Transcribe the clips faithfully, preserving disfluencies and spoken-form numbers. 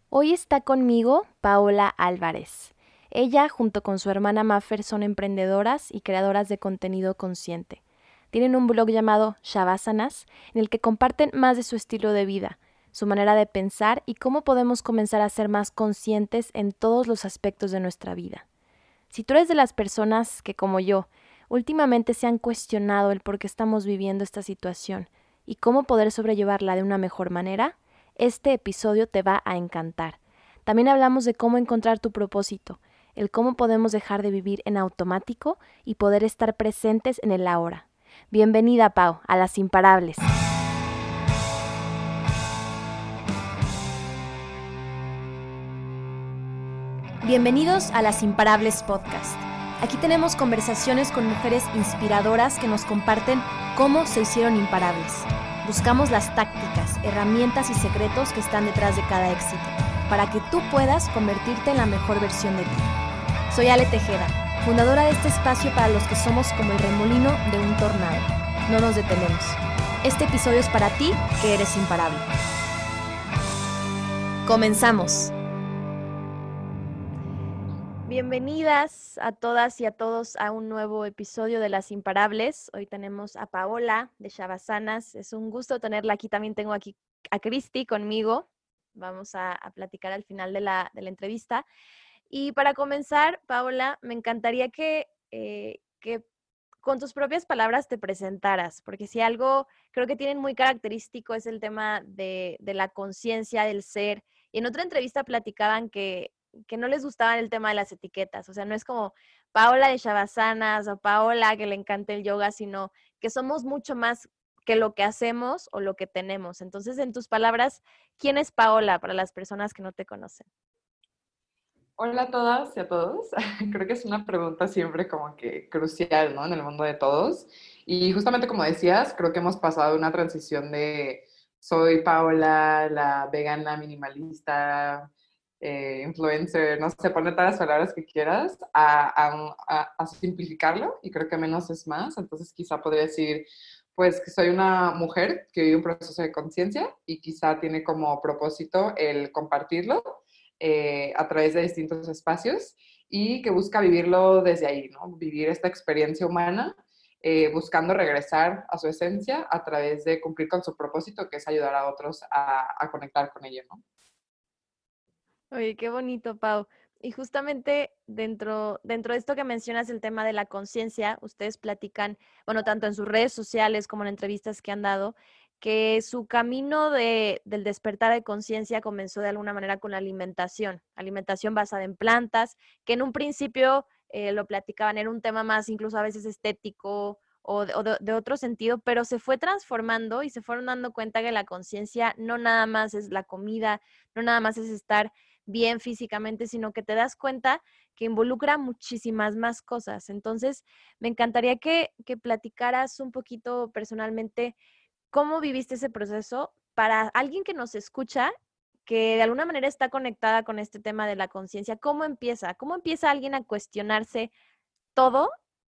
Hoy está conmigo Paola Álvarez. Ella, junto con su hermana Maffer, son emprendedoras y creadoras de contenido consciente. Tienen un blog llamado Shavassanas, en el que comparten más de su estilo de vida, su manera de pensar y cómo podemos comenzar a ser más conscientes en todos los aspectos de nuestra vida. Si tú eres de las personas que, como yo, últimamente se han cuestionado el por qué estamos viviendo esta situación y cómo poder sobrellevarla de una mejor manera, este episodio te va a encantar. También hablamos de cómo encontrar tu propósito, el cómo podemos dejar de vivir en automático y poder estar presentes en el ahora. Bienvenida, Pau, a Las Imparables. Bienvenidos a Las Imparables Podcast. Aquí tenemos conversaciones con mujeres inspiradoras que nos comparten cómo se hicieron imparables. Buscamos las tácticas, herramientas y secretos que están detrás de cada éxito, para que tú puedas convertirte en la mejor versión de ti. Soy Ale Tejeda, fundadora de este espacio para los que somos como el remolino de un tornado. No nos detenemos. Este episodio es para ti, que eres imparable. Comenzamos. Bienvenidas a todas y a todos a un nuevo episodio de Las Imparables. Hoy tenemos a Paola de Shavassanas. Es un gusto tenerla aquí. También tengo aquí a Cristi conmigo. Vamos a, a platicar al final de la, de la entrevista. Y para comenzar, Paola, me encantaría que, eh, que con tus propias palabras te presentaras, porque si algo creo que tienen muy característico es el tema de, de la conciencia, del ser. Y en otra entrevista platicaban que que no les gustaba el tema de las etiquetas. O sea, no es como Paola de Shavassanas o Paola que le encanta el yoga, sino que somos mucho más que lo que hacemos o lo que tenemos. Entonces, en tus palabras, ¿quién es Paola para las personas que no te conocen? Hola a todas y a todos. Creo que es una pregunta siempre como que crucial, ¿no? En el mundo de todos. Y justamente como decías, creo que hemos pasado una transición de soy Paola, la vegana minimalista, eh, influencer, no sé, ponle todas las palabras que quieras, a, a, a, a simplificarlo y creo que menos es más. Entonces quizá podría decir, pues que soy una mujer que vive un proceso de conciencia y quizá tiene como propósito el compartirlo eh, a través de distintos espacios y que busca vivirlo desde ahí, ¿no? Vivir esta experiencia humana, eh, buscando regresar a su esencia a través de cumplir con su propósito, que es ayudar a otros a, a conectar con ello, ¿no? Oye, qué bonito, Pau. Y justamente dentro, dentro de esto que mencionas, el tema de la conciencia, ustedes platican, bueno, tanto en sus redes sociales como en entrevistas que han dado, que su camino de, del despertar de conciencia comenzó de alguna manera con la alimentación, alimentación basada en plantas, que en un principio eh, lo platicaban, era un tema más incluso a veces estético o, de, o de, de otro sentido, pero se fue transformando y se fueron dando cuenta que la conciencia no nada más es la comida, no nada más es estar bien físicamente, sino que te das cuenta que involucra muchísimas más cosas. Entonces, me encantaría que, que platicaras un poquito personalmente cómo viviste ese proceso para alguien que nos escucha, que de alguna manera está conectada con este tema de la conciencia. ¿Cómo empieza? ¿Cómo empieza alguien a cuestionarse todo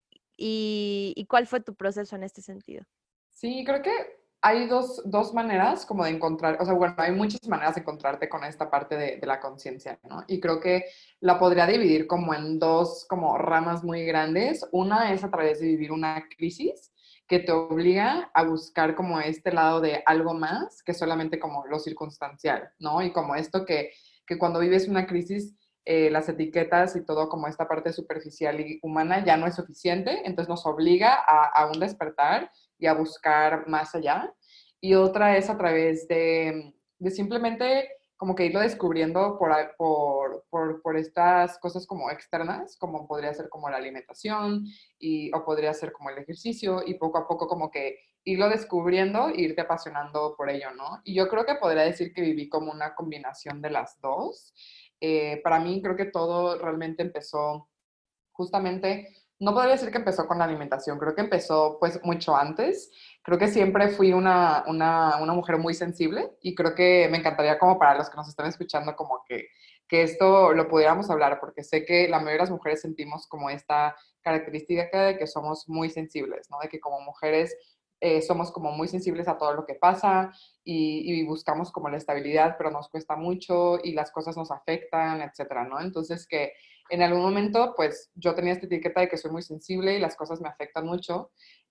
y, y cuál fue tu proceso en este sentido? Sí, creo que hay dos, dos maneras como de encontrar, o sea, bueno, hay muchas maneras de encontrarte con esta parte de, de la conciencia, ¿no? Y creo que la podría dividir como en dos como ramas muy grandes. Una es a través de vivir una crisis que te obliga a buscar como este lado de algo más que solamente como lo circunstancial, ¿no? Y como esto que, que cuando vives una crisis, eh, las etiquetas y todo como esta parte superficial y humana ya no es suficiente, entonces nos obliga a, a un despertar y a buscar más allá. Y otra es a través de, de simplemente como que irlo descubriendo por, por, por, por, estas cosas como externas, como podría ser como la alimentación y, o podría ser como el ejercicio y poco a poco como que irlo descubriendo e irte apasionando por ello, ¿no? Y yo creo que podría decir que viví como una combinación de las dos. Eh, para mí creo que todo realmente empezó justamente, no podría decir que empezó con la alimentación, creo que empezó pues mucho antes. Creo que siempre fui una, una, una mujer muy sensible y creo que me encantaría como para los que nos están escuchando como que, que esto lo pudiéramos hablar, porque sé que la mayoría de las mujeres sentimos como esta característica de que somos muy sensibles, ¿no? De que como mujeres eh, somos como muy sensibles a todo lo que pasa y, y buscamos como la estabilidad, pero nos cuesta mucho y las cosas nos afectan, etcétera, ¿no? Entonces que en algún momento, pues yo tenía esta etiqueta de que soy muy sensible y las cosas me afectan mucho.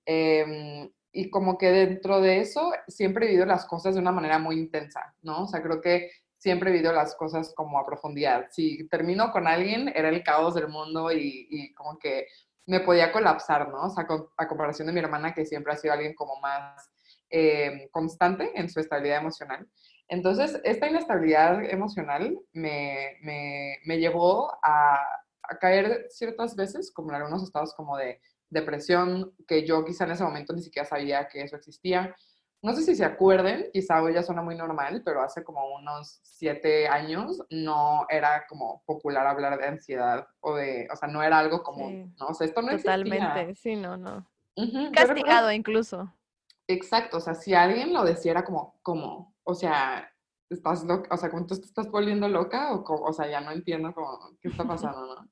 Eh, y como que dentro de eso siempre he vivido las cosas de una manera muy intensa, ¿no? O sea, creo que siempre he vivido las cosas como a profundidad. Si termino con alguien, era el caos del mundo y, y como que me podía colapsar, ¿no? O sea, con, a comparación de mi hermana, que siempre ha sido alguien como más eh, constante en su estabilidad emocional. Entonces, esta inestabilidad emocional me, me, me llevó a, a caer ciertas veces, como en algunos estados como de depresión, que yo quizá en ese momento ni siquiera sabía que eso existía. No sé si se acuerden, quizá hoy ya suena muy normal, pero hace como unos siete años no era como popular hablar de ansiedad o de, o sea, no era algo común, Sí, ¿no? O sea, esto no existía. totalmente. Sí, no, no. Y Ujú. Yo recuerdo, castigado incluso. exacto, o sea, si alguien lo decía era como, como, o sea, estás loca, o sea, ¿cómo tú te estás volviendo loca? O, co- o sea, ya no entiendo como, qué está pasando, ¿no?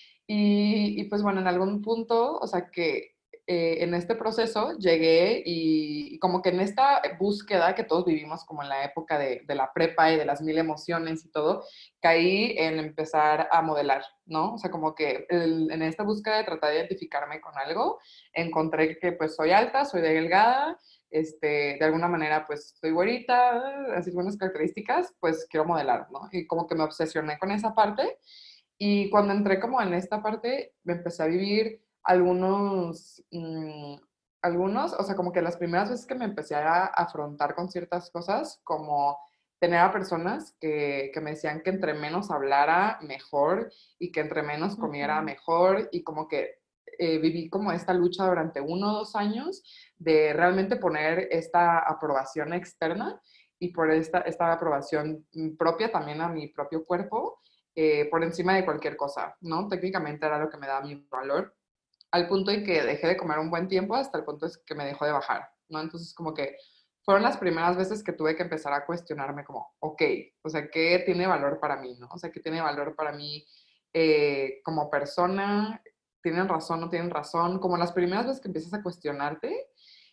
Y, y, pues bueno, en algún punto, o sea que eh, en este proceso llegué y, y, como que en esta búsqueda que todos vivimos como en la época de, de la prepa y de las mil emociones y todo, caí en empezar a modelar, ¿no? O sea, como que el, en esta búsqueda de tratar de identificarme con algo, encontré que pues soy alta, soy delgada, este, de alguna manera pues soy güerita, así buenas características, pues quiero modelar, ¿no? Y como que me obsesioné con esa parte y cuando entré como en esta parte, me empecé a vivir algunos, mm, algunos, o sea, como que las primeras veces que me empecé a afrontar con ciertas cosas, como tener a personas que, que me decían que entre menos hablara, mejor, y que entre menos comiera, Ujú. mejor, y como que eh, viví como esta lucha durante uno o dos años de realmente poner esta aprobación externa y por esta, esta aprobación mm, propia también a mi propio cuerpo eh, por encima de cualquier cosa, ¿no? Técnicamente era lo que me daba mi valor, al punto en que dejé de comer un buen tiempo hasta el punto es que me dejó de bajar, ¿no? Entonces como que fueron las primeras veces que tuve que empezar a cuestionarme como, ok, o sea, ¿qué tiene valor para mí, no? O sea, ¿qué tiene valor para mí eh, como persona? ¿Tienen razón, no tienen razón? Como las primeras veces que empiezas a cuestionarte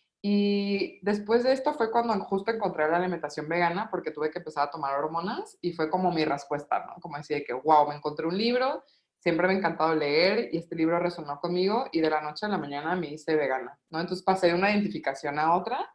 y después de esto fue cuando justo encontré la alimentación vegana porque tuve que empezar a tomar hormonas y fue como mi respuesta, ¿no? Como decía que, wow, me encontré un libro, siempre me ha encantado leer y este libro resonó conmigo y de la noche a la mañana me hice vegana, ¿no? Entonces pasé de una identificación a otra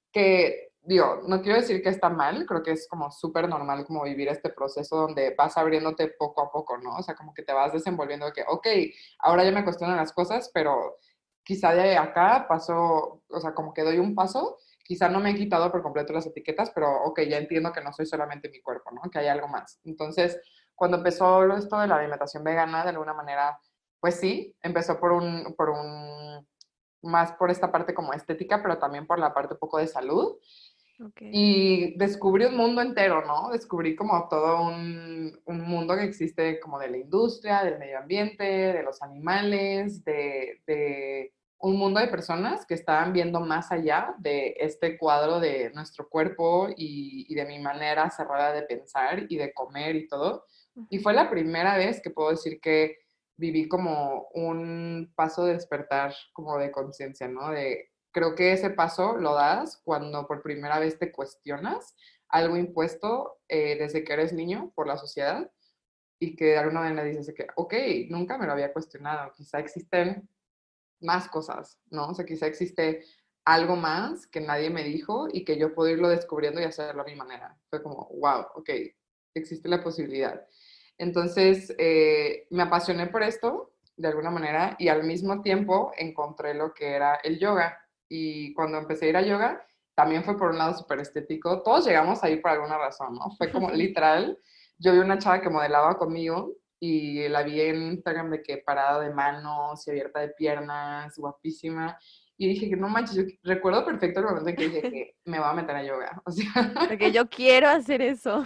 que, digo, no quiero decir que está mal, creo que es como súper normal como vivir este proceso donde vas abriéndote poco a poco, ¿no? O sea, como que te vas desenvolviendo de que, ok, ahora ya me cuestionan las cosas, pero quizá de acá paso, o sea, como que doy un paso, quizá no me he quitado por completo las etiquetas, pero ok, ya entiendo que no soy solamente mi cuerpo, ¿no? Que hay algo más. Entonces, cuando empezó esto de la alimentación vegana, de alguna manera, pues sí, empezó por un, por un más por esta parte como estética, pero también por la parte un poco de salud. Ok. Y descubrí un mundo entero, ¿no? Descubrí como todo un, un mundo que existe como de la industria, del medio ambiente, de los animales, de, de un mundo de personas que estaban viendo más allá de este cuadro de nuestro cuerpo y, y de mi manera cerrada de pensar y de comer y todo. Y fue Ujú. la primera vez que puedo decir que viví como un paso de despertar como de conciencia, ¿no? De creo que ese paso lo das cuando por primera vez te cuestionas algo impuesto eh, desde que eres niño por la sociedad y que de alguna manera dices que, ok, nunca me lo había cuestionado, quizá existen más cosas, ¿no? O sea, quizá existe algo más que nadie me dijo y que yo puedo irlo descubriendo y hacerlo a mi manera. Fue como, wow, ok, existe la posibilidad. Entonces, eh, me apasioné por esto de alguna manera y al mismo tiempo encontré lo que era el yoga. Y cuando empecé a ir a yoga, también fue por un lado súper estético. Todos llegamos ahí por alguna razón, ¿no? Fue como literal, yo vi una chava que modelaba conmigo y la vi en Instagram de que parada de manos y abierta de piernas, guapísima. Y dije que no manches, yo recuerdo perfecto el momento en que dije que me voy a meter a yoga. O sea, De que yo quiero hacer eso.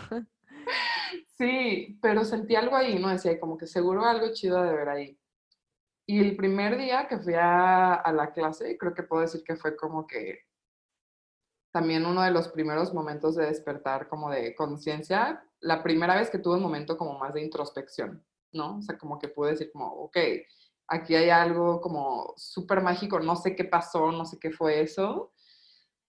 sí, pero sentí algo ahí, ¿no? Decía, como que seguro algo chido de ver ahí. Y el primer día que fui a, a la clase, creo que puedo decir que fue como que también uno de los primeros momentos de despertar como de conciencia, la primera vez que tuve un momento como más de introspección, ¿no? O sea, como que pude decir como, ok, aquí hay algo como súper mágico, no sé qué pasó, no sé qué fue eso,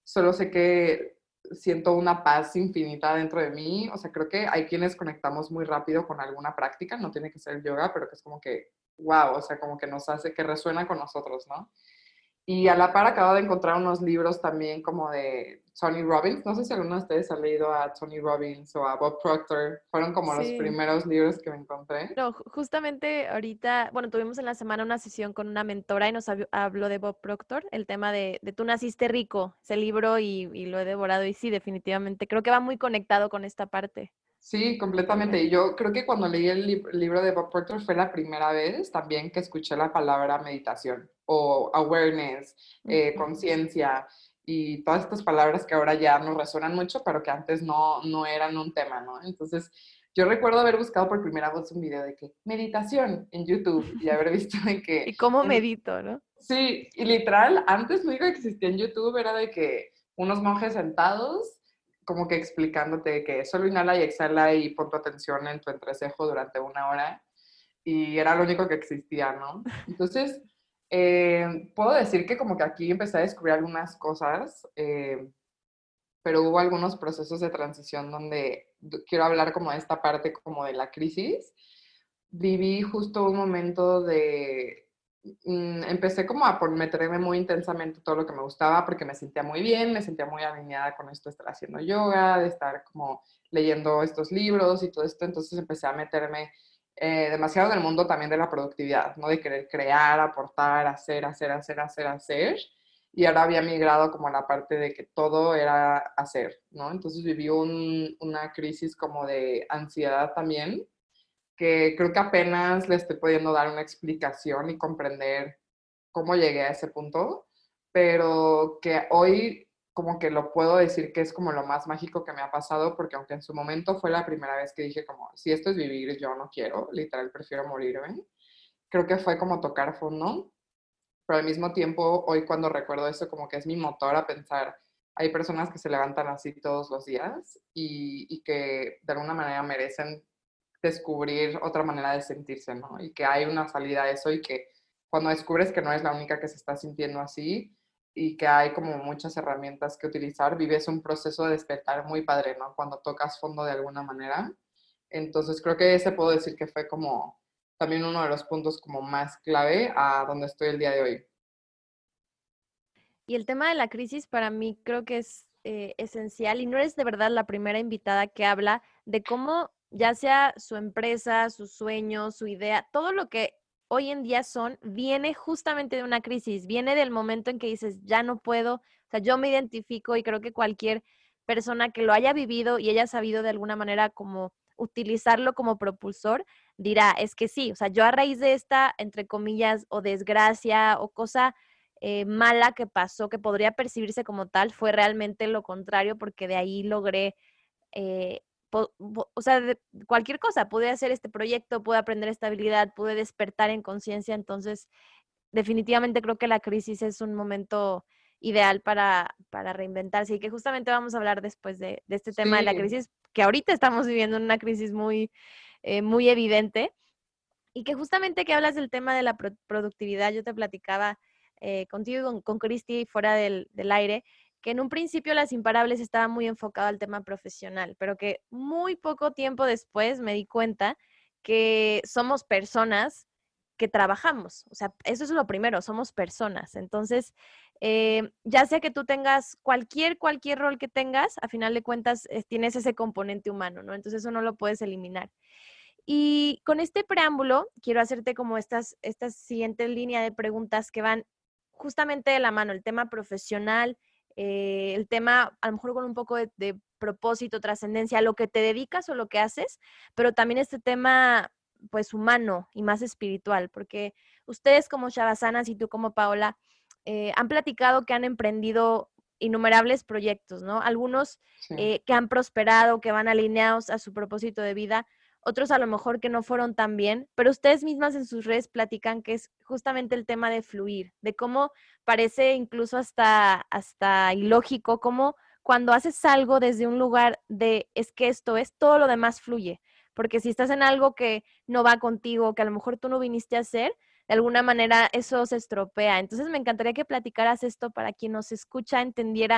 solo sé que siento una paz infinita dentro de mí. O sea, creo que hay quienes conectamos muy rápido con alguna práctica, no tiene que ser yoga, pero que es como que, wow, o sea, como que nos hace, que resuena con nosotros, ¿no? Y a la par acabo de encontrar unos libros también como de Tony Robbins. No sé si alguno de ustedes ha leído a Tony Robbins o a Bob Proctor. Fueron como los Sí. primeros libros que me encontré. No, ju- justamente ahorita, bueno, tuvimos en la semana una sesión con una mentora y nos hab- habló de Bob Proctor, el tema de, de Tú naciste rico, ese libro y, y lo he devorado y sí, definitivamente, creo que va muy conectado con esta parte. Sí, completamente. Y yo creo que cuando leí el lib- libro de Bob Proctor fue la primera vez también que escuché la palabra meditación o awareness, eh, Ujú. conciencia y todas estas palabras que ahora ya nos resuenan mucho, pero que antes no, no eran un tema, ¿no? Entonces, yo recuerdo haber buscado por primera vez un video de que meditación en YouTube y haber visto de que ¿Y cómo un- medito, no? sí, y literal, antes lo único que existía en YouTube era de que unos monjes sentados, como que explicándote que solo inhala y exhala y pon tu atención en tu entrecejo durante una hora. Y era lo único que existía, ¿no? Entonces, eh, puedo decir que como que aquí empecé a descubrir algunas cosas, eh, pero hubo algunos procesos de transición donde quiero hablar como de esta parte como de la crisis. Viví justo un momento de mm, empecé como a por meterme muy intensamente todo lo que me gustaba porque me sentía muy bien, me sentía muy alineada con esto de estar haciendo yoga, de estar como leyendo estos libros y todo esto. Entonces empecé a meterme eh, demasiado en el mundo también de la productividad, ¿no? De querer crear, aportar, hacer, hacer, hacer, hacer, hacer. Y ahora había migrado como a la parte de que todo era hacer, ¿no? Entonces viví un, una crisis como de ansiedad también, que creo que apenas le estoy pudiendo dar una explicación y comprender cómo llegué a ese punto, pero que hoy como que lo puedo decir que es como lo más mágico que me ha pasado, porque aunque en su momento fue la primera vez que dije como, si esto es vivir, yo no quiero, literal prefiero morirme, creo que fue como tocar fondo, pero al mismo tiempo hoy cuando recuerdo eso como que es mi motor a pensar, hay personas que se levantan así todos los días y, y que de alguna manera merecen descubrir otra manera de sentirse, ¿no? Y que hay una salida a eso y que cuando descubres que no es la única que se está sintiendo así y que hay como muchas herramientas que utilizar, vives un proceso de despertar muy padre, ¿no? Cuando tocas fondo de alguna manera. Entonces creo que ese puedo decir que fue como también uno de los puntos como más clave a donde estoy el día de hoy. Y el tema de la crisis para mí creo que es eh, esencial y no eres de verdad la primera invitada que habla de cómo ya sea su empresa, sus sueños, su idea, todo lo que hoy en día son, viene justamente de una crisis, viene del momento en que dices, ya no puedo, o sea, yo me identifico y creo que cualquier persona que lo haya vivido y haya sabido de alguna manera como utilizarlo como propulsor, dirá, es que sí, o sea, yo a raíz de esta, entre comillas, o desgracia o cosa eh, mala que pasó, que podría percibirse como tal, fue realmente lo contrario, porque de ahí logré, eh, po- po- o sea, de- cualquier cosa, pude hacer este proyecto, pude aprender estabilidad, pude despertar en conciencia, entonces definitivamente creo que la crisis es un momento ideal para, para reinventarse y que justamente vamos a hablar después de, de este tema de la Sí, crisis, que ahorita estamos viviendo una crisis muy, eh, muy evidente y que justamente que hablas del tema de la pro- productividad, yo te platicaba eh, contigo y con, con Cristi fuera del, del aire, que en un principio Las Imparables estaba muy enfocado al tema profesional, pero que muy poco tiempo después me di cuenta que somos personas que trabajamos. O sea, eso es lo primero, somos personas. Entonces, eh, ya sea que tú tengas cualquier, cualquier rol que tengas, a final de cuentas eh, tienes ese componente humano, ¿no? Entonces eso no lo puedes eliminar. Y con este preámbulo, quiero hacerte como estas, estas siguientes líneas de preguntas que van justamente de la mano, el tema profesional, eh, el tema a lo mejor con un poco de, de propósito, trascendencia, lo que te dedicas o lo que haces, pero también este tema pues humano y más espiritual, porque ustedes como Shavasanas y tú como Paola eh, han platicado que han emprendido innumerables proyectos, ¿no? Algunos sí. eh, que han prosperado, que van alineados a su propósito de vida, otros a lo mejor que no fueron tan bien, pero ustedes mismas en sus redes platican que es justamente el tema de fluir, de cómo parece incluso hasta, hasta ilógico, cómo cuando haces algo desde un lugar de es que esto es, todo lo demás fluye, porque si estás en algo que no va contigo, que a lo mejor tú no viniste a hacer, de alguna manera eso se estropea. Entonces me encantaría que platicaras esto para quien nos escucha entendiera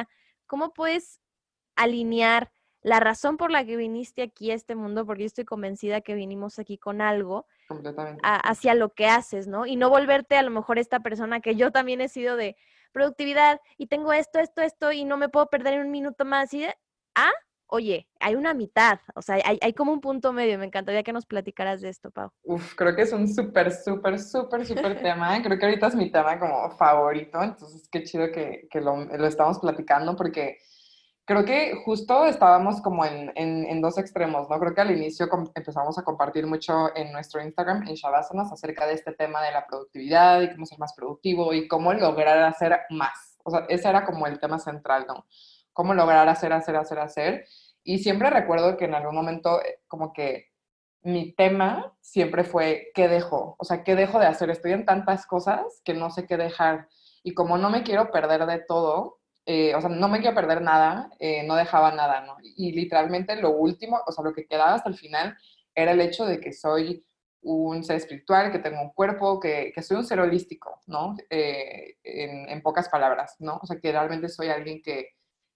¿cómo puedes alinear la razón por la que viniste aquí a este mundo? Porque yo estoy convencida que vinimos aquí con algo, Completamente. a, hacia lo que haces, ¿no? Y no volverte a lo mejor esta persona que yo también he sido de productividad y tengo esto, esto, esto y no me puedo perder en un minuto más. Y de, ah, oye, hay una mitad, o sea, hay, hay como un punto medio. Me encantaría que nos platicaras de esto, Pau. Uf, creo que es un súper, súper, súper, súper tema. Creo que ahorita es mi tema como favorito, entonces qué chido que, que lo, lo estamos platicando porque creo que justo estábamos como en, en, en dos extremos, ¿no? Creo que al inicio com- empezamos a compartir mucho en nuestro Instagram, en Shavasanas, acerca de este tema de la productividad y cómo ser más productivo y cómo lograr hacer más. O sea, ese era como el tema central, ¿no? Cómo lograr hacer, hacer, hacer, hacer. Y siempre recuerdo que en algún momento eh, como que mi tema siempre fue, ¿qué dejo? O sea, ¿qué dejo de hacer? Estoy en tantas cosas que no sé qué dejar. Y como no me quiero perder de todo, eh, o sea, no me quiero perder nada, eh, no dejaba nada, ¿no? Y, y literalmente lo último, o sea, lo que quedaba hasta el final era el hecho de que soy un ser espiritual, que tengo un cuerpo, que, que soy un ser holístico, ¿no? Eh, en, en pocas palabras, ¿no? O sea, que realmente soy alguien que,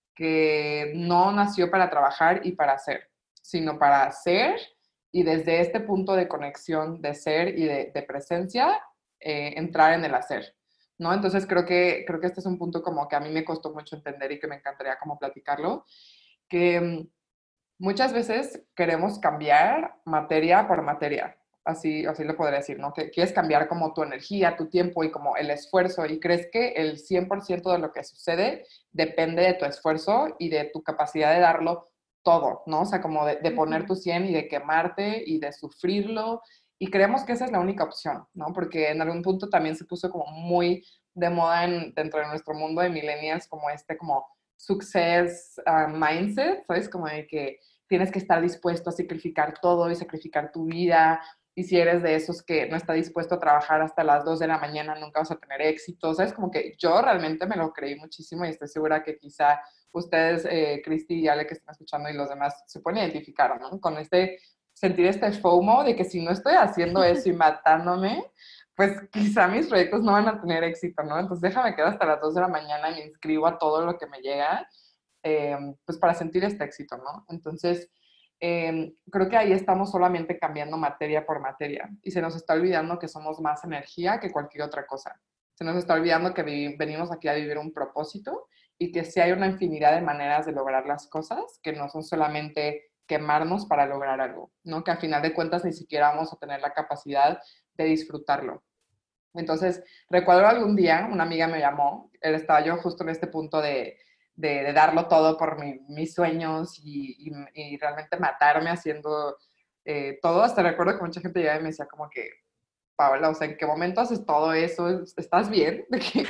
que no nació para trabajar y para hacer, sino para ser y desde este punto de conexión de ser y de, de presencia, eh, entrar en el hacer, ¿no? Entonces creo que, creo que este es un punto como que a mí me costó mucho entender y que me encantaría como platicarlo, que mm, muchas veces queremos cambiar materia por materia, así, así lo podría decir, ¿no? Que quieres cambiar como tu energía, tu tiempo y como el esfuerzo y crees que el cien por ciento de lo que sucede depende de tu esfuerzo y de tu capacidad de darlo todo, ¿no? O sea, como de, de poner Ujú. tu cien y de quemarte y de sufrirlo y creemos que esa es la única opción, ¿no? Porque en algún punto también se puso como muy de moda en, dentro de nuestro mundo de millennials como este como success uh, mindset, ¿sabes? Como de que tienes que estar dispuesto a sacrificar todo y sacrificar tu vida. Y si eres de esos que no está dispuesto a trabajar hasta las dos de la mañana, nunca vas a tener éxito. ¿Sabes? Como que yo realmente me lo creí muchísimo y estoy segura que quizá ustedes, eh, Cristi y Ale, que están escuchando y los demás, se pueden identificar, ¿no? Con este, sentir este FOMO de que si no estoy haciendo eso y matándome, pues quizá mis proyectos no van a tener éxito, ¿no? Entonces déjame quedar hasta las dos de la mañana y me inscribo a todo lo que me llega eh, pues para sentir este éxito, ¿no? Entonces, eh, creo que ahí estamos solamente cambiando materia por materia y se nos está olvidando que somos más energía que cualquier otra cosa. Se nos está olvidando que vi- venimos aquí a vivir un propósito y que sí hay una infinidad de maneras de lograr las cosas, que no son solamente quemarnos para lograr algo, ¿no? Que al final de cuentas ni siquiera vamos a tener la capacidad de disfrutarlo. Entonces, recuerdo algún día, una amiga me llamó, estaba yo justo en este punto de, de, de darlo todo por mi, mis sueños y, y, y, realmente matarme haciendo eh, todo. Hasta recuerdo que mucha gente llegaba y me decía como que, Paola, o sea, ¿en qué momento haces todo eso? ¿Estás bien? De que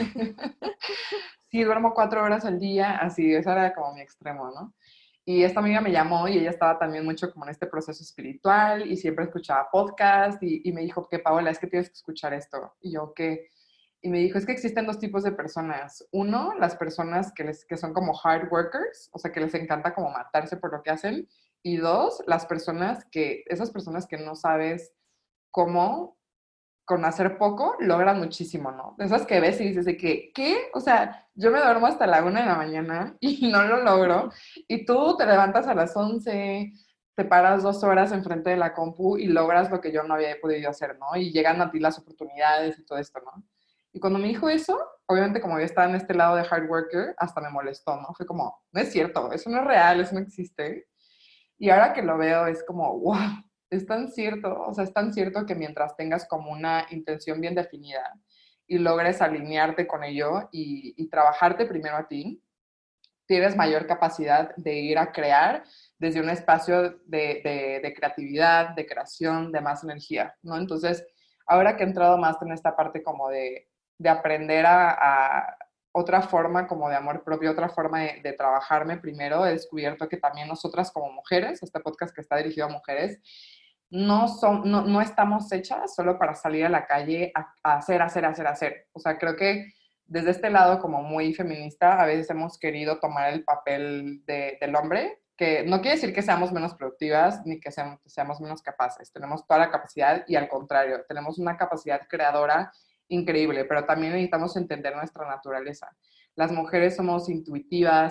sí, duermo cuatro horas al día, así, ese era como mi extremo, ¿no? Y esta amiga me llamó y ella estaba también mucho como en este proceso espiritual y siempre escuchaba podcast y, y me dijo que Paola, es que tienes que escuchar esto. Y yo, ¿qué? Y me dijo, es que existen dos tipos de personas. Uno, las personas que, les, que son como hard workers, o sea, que les encanta como matarse por lo que hacen. Y dos, las personas que, esas personas que no sabes cómo con hacer poco logran muchísimo, ¿no? De esas que ves y dices de que, ¿qué? O sea, yo me duermo hasta la una de la mañana y no lo logro. Y tú te levantas a las once, te paras dos horas enfrente de la compu y logras lo que yo no había podido hacer, ¿no? Y llegan a ti las oportunidades y todo esto, ¿no? Y cuando me dijo eso, obviamente como yo estaba en este lado de hard worker, hasta me molestó, ¿no? Fue como, no es cierto, eso no es real, eso no existe. Y ahora que lo veo es como, wow, es tan cierto, o sea, es tan cierto que mientras tengas como una intención bien definida y logres alinearte con ello y, y trabajarte primero a ti, tienes mayor capacidad de ir a crear desde un espacio de, de, de creatividad, de creación, de más energía, ¿no? Entonces, ahora que he entrado más en esta parte como de, de aprender a, a otra forma como de amor propio, otra forma de, de trabajarme primero, he descubierto que también nosotras como mujeres, este podcast que está dirigido a mujeres, no, son, no, no estamos hechas solo para salir a la calle a, a hacer, hacer, hacer, hacer. O sea, creo que desde este lado como muy feminista, a veces hemos querido tomar el papel de, del hombre, que no quiere decir que seamos menos productivas ni que seamos, que seamos menos capaces. Tenemos toda la capacidad y al contrario, tenemos una capacidad creadora increíble, pero también necesitamos entender nuestra naturaleza. Las mujeres somos intuitivas,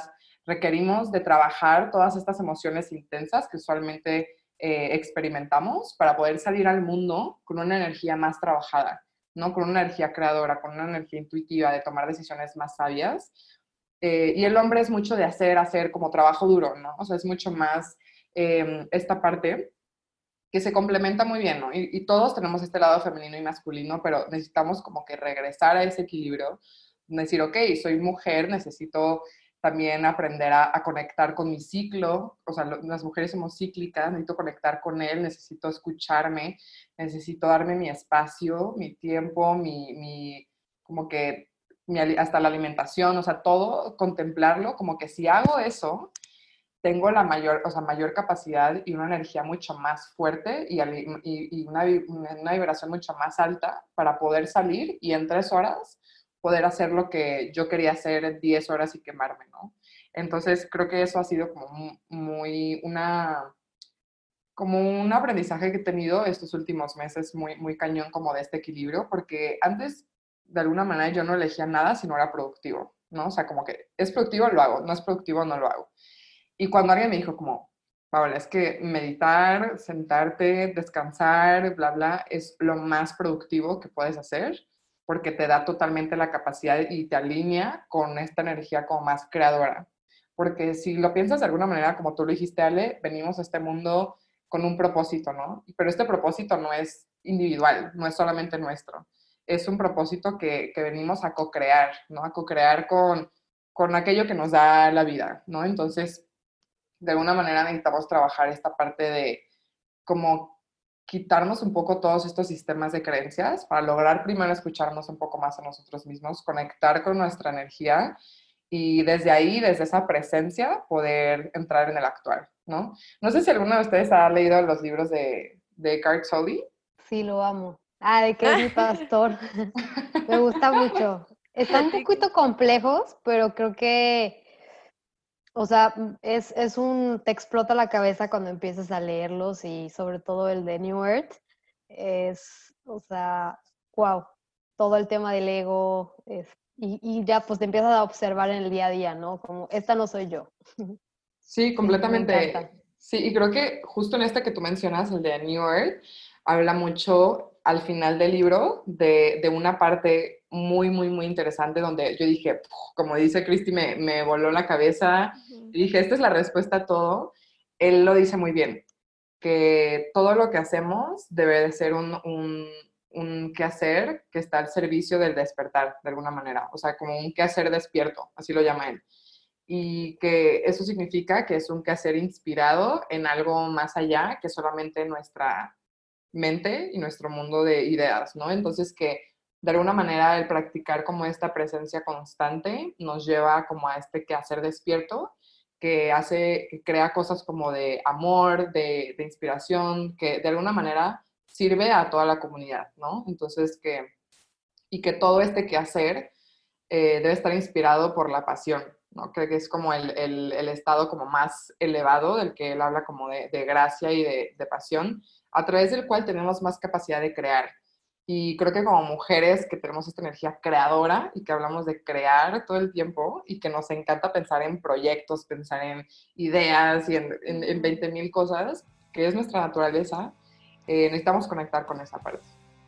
requerimos de trabajar todas estas emociones intensas que usualmente eh, experimentamos para poder salir al mundo con una energía más trabajada, ¿no? Con una energía creadora, con una energía intuitiva de tomar decisiones más sabias. Eh, y el hombre es mucho de hacer, hacer como trabajo duro, ¿no? O sea, es mucho más eh, esta parte que se complementa muy bien, ¿no? Y, y todos tenemos este lado femenino y masculino, pero necesitamos como que regresar a ese equilibrio, decir, ok, soy mujer, necesito también aprender a, a conectar con mi ciclo, o sea, lo, las mujeres somos cíclicas, necesito conectar con él, necesito escucharme, necesito darme mi espacio, mi tiempo, mi, mi como que mi, hasta la alimentación, o sea, todo contemplarlo, como que si hago eso, tengo la mayor, o sea, mayor capacidad y una energía mucho más fuerte y, y, y una, una vibración mucho más alta para poder salir y en tres horas poder hacer lo que yo quería hacer en diez horas y quemarme, ¿no? Entonces creo que eso ha sido como muy, una, como un aprendizaje que he tenido estos últimos meses muy, muy cañón como de este equilibrio, porque antes de alguna manera yo no elegía nada si no era productivo, ¿no? O sea, como que es productivo, lo hago, no es productivo, no lo hago. Y cuando alguien me dijo como, Paola, es que meditar, sentarte, descansar, bla, bla, es lo más productivo que puedes hacer porque te da totalmente la capacidad y te alinea con esta energía como más creadora. Porque si lo piensas de alguna manera, como tú lo dijiste, Ale, venimos a este mundo con un propósito, ¿no? Pero este propósito no es individual, no es solamente nuestro. Es un propósito que, que venimos a co-crear, ¿no? A co-crear con, con aquello que nos da la vida, ¿no? Entonces, de alguna manera necesitamos trabajar esta parte de como quitarnos un poco todos estos sistemas de creencias para lograr primero escucharnos un poco más a nosotros mismos, conectar con nuestra energía y desde ahí, desde esa presencia, poder entrar en el actual, ¿no? No sé si alguno de ustedes ha leído los libros de, de Eckhart Tolle. Sí, lo amo. Ah, de que es mi pastor. Me gusta mucho. Están un poquito complejos, pero creo que, o sea, es, es un, te explota la cabeza cuando empiezas a leerlos y sobre todo el de New Earth. Es, o sea, wow, todo el tema del ego es, y, y ya pues te empiezas a observar en el día a día, ¿no? Como, esta no soy yo. Sí, Sí, me encanta. completamente. Sí, y creo que justo en este que tú mencionas, el de New Earth, habla mucho al final del libro de, de una parte muy, muy, muy interesante donde yo dije, "Puf", como dice Cristi, me, me voló la cabeza Ujú. y dije, esta es la respuesta a todo. Él lo dice muy bien, que todo lo que hacemos debe de ser un, un, un quehacer que está al servicio del despertar, de alguna manera. O sea, como un quehacer despierto, así lo llama él y que eso significa que es un quehacer inspirado en algo más allá que solamente nuestra mente y nuestro mundo de ideas, ¿no? Entonces que de alguna manera el practicar como esta presencia constante nos lleva como a este quehacer despierto que hace, que crea cosas como de amor, de, de inspiración, que de alguna manera sirve a toda la comunidad, ¿no? Entonces que, y que todo este quehacer eh, debe estar inspirado por la pasión, ¿no? Creo que es como el, el, el estado como más elevado del que él habla como de, de gracia y de, de pasión, a través del cual tenemos más capacidad de crear. Y creo que como mujeres que tenemos esta energía creadora y que hablamos de crear todo el tiempo y que nos encanta pensar en proyectos, pensar en ideas y en, en, en veinte mil cosas, que es nuestra naturaleza, eh, necesitamos conectar con esa parte.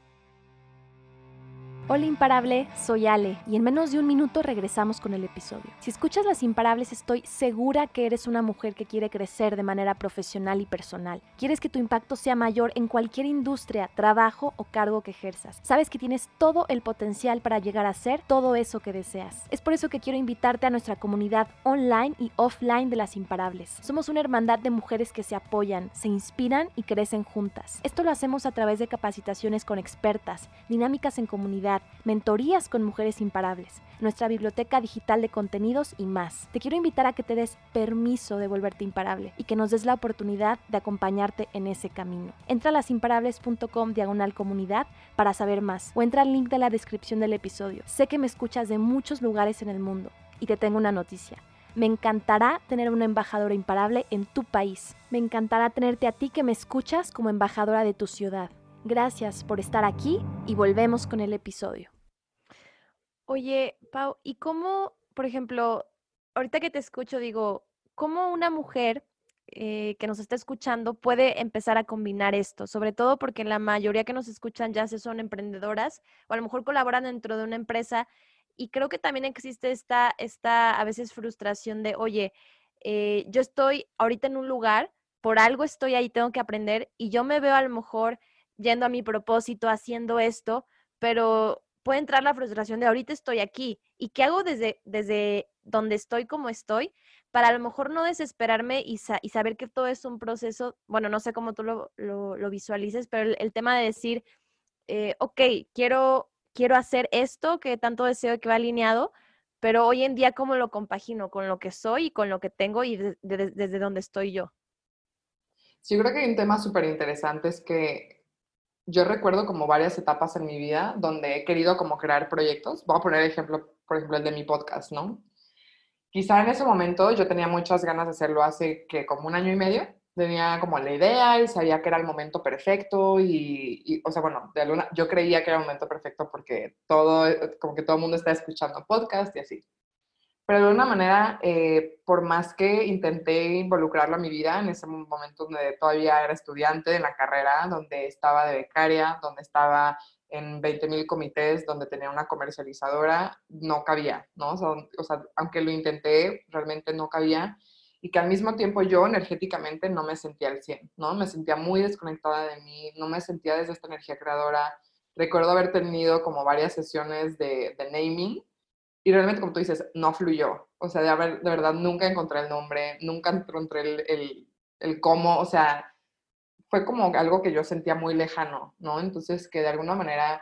Hola Imparable, soy Ale y en menos de un minuto regresamos con el episodio. Si escuchas Las Imparables estoy segura que eres una mujer que quiere crecer de manera profesional y personal. Quieres que tu impacto sea mayor en cualquier industria, trabajo o cargo que ejerzas. Sabes que tienes todo el potencial para llegar a ser todo eso que deseas. Es por eso que quiero invitarte a nuestra comunidad online y offline de Las Imparables. Somos una hermandad de mujeres que se apoyan, se inspiran y crecen juntas. Esto lo hacemos a través de capacitaciones con expertas, dinámicas en comunidad, mentorías con mujeres imparables, nuestra biblioteca digital de contenidos y más. Te quiero invitar a que te des permiso de volverte imparable y que nos des la oportunidad de acompañarte en ese camino. Entra a lasimparables.com diagonal comunidad para saber más o entra al link de la descripción del episodio. Sé que me escuchas de muchos lugares en el mundo y te tengo una noticia. Me encantará tener una embajadora imparable en tu país. Me encantará tenerte a ti que me escuchas como embajadora de tu ciudad. Gracias por estar aquí y volvemos con el episodio. Oye, Pau, ¿y cómo, por ejemplo, ahorita que te escucho, digo, ¿cómo una mujer eh, que nos está escuchando puede empezar a combinar esto? Sobre todo porque la mayoría que nos escuchan ya se son emprendedoras o a lo mejor colaboran dentro de una empresa y creo que también existe esta, esta a veces frustración de, oye, eh, yo estoy ahorita en un lugar, por algo estoy ahí, tengo que aprender y yo me veo a lo mejor yendo a mi propósito, haciendo esto, pero puede entrar la frustración de ahorita estoy aquí y qué hago desde, desde donde estoy como estoy para a lo mejor no desesperarme y, sa y saber que todo es un proceso, bueno, no sé cómo tú lo, lo, lo visualices, pero el, el, tema de decir, eh, ok, quiero, quiero hacer esto que tanto deseo que va alineado, pero hoy en día cómo lo compagino con lo que soy y con lo que tengo y de, de, desde donde estoy yo. Sí, yo creo que hay un tema súper interesante, es que yo recuerdo como varias etapas en mi vida donde he querido como crear proyectos. Voy a poner ejemplo, por ejemplo, el de mi podcast, ¿no? Quizá en ese momento yo tenía muchas ganas de hacerlo hace que como un año y medio. Tenía como la idea y sabía que era el momento perfecto y, y, o sea, bueno, de alguna, yo creía que era el momento perfecto porque todo, como que todo el mundo está escuchando podcast y así. Pero de alguna manera, eh, por más que intenté involucrarlo a mi vida, en ese momento donde todavía era estudiante en la carrera, donde estaba de becaria, donde estaba en veinte mil comités, donde tenía una comercializadora, no cabía, ¿no? O sea, o sea, aunque lo intenté, realmente no cabía. Y que al mismo tiempo yo energéticamente no me sentía al cien, ¿no? Me sentía muy desconectada de mí, no me sentía desde esta energía creadora. Recuerdo haber tenido como varias sesiones de, de naming, y realmente, como tú dices, no fluyó. O sea, de, haber, de verdad, nunca encontré el nombre, nunca encontré el, el, el cómo. O sea, fue como algo que yo sentía muy lejano, ¿no? Entonces, que de alguna manera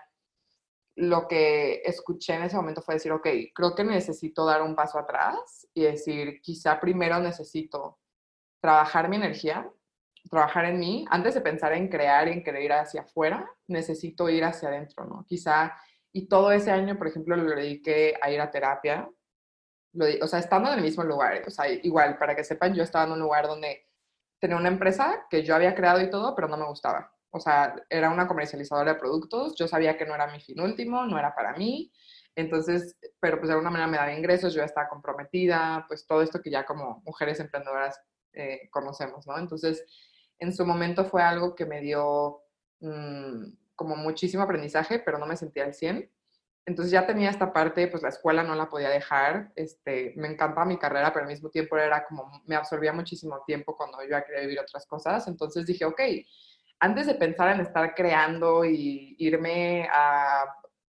lo que escuché en ese momento fue decir, ok, creo que necesito dar un paso atrás y decir, quizá primero necesito trabajar mi energía, trabajar en mí, antes de pensar en crear y en querer ir hacia afuera, necesito ir hacia adentro, ¿no? Quizá, y todo ese año, por ejemplo, lo dediqué a ir a terapia, lo, o sea, estando en el mismo lugar, o sea, igual, para que sepan, yo estaba en un lugar donde tenía una empresa que yo había creado y todo, pero no me gustaba. O sea, era una comercializadora de productos, yo sabía que no era mi fin último, no era para mí, entonces, pero pues de alguna manera me daba ingresos, yo ya estaba comprometida, pues todo esto que ya como mujeres emprendedoras eh, conocemos, ¿no? Entonces, en su momento fue algo que me dio mmm, como muchísimo aprendizaje, pero no me sentía al cien. Entonces ya tenía esta parte, pues la escuela no la podía dejar, este, me encantaba mi carrera, pero al mismo tiempo era como, me absorbía muchísimo tiempo cuando yo ya quería vivir otras cosas. Entonces dije, ok, antes de pensar en estar creando y irme a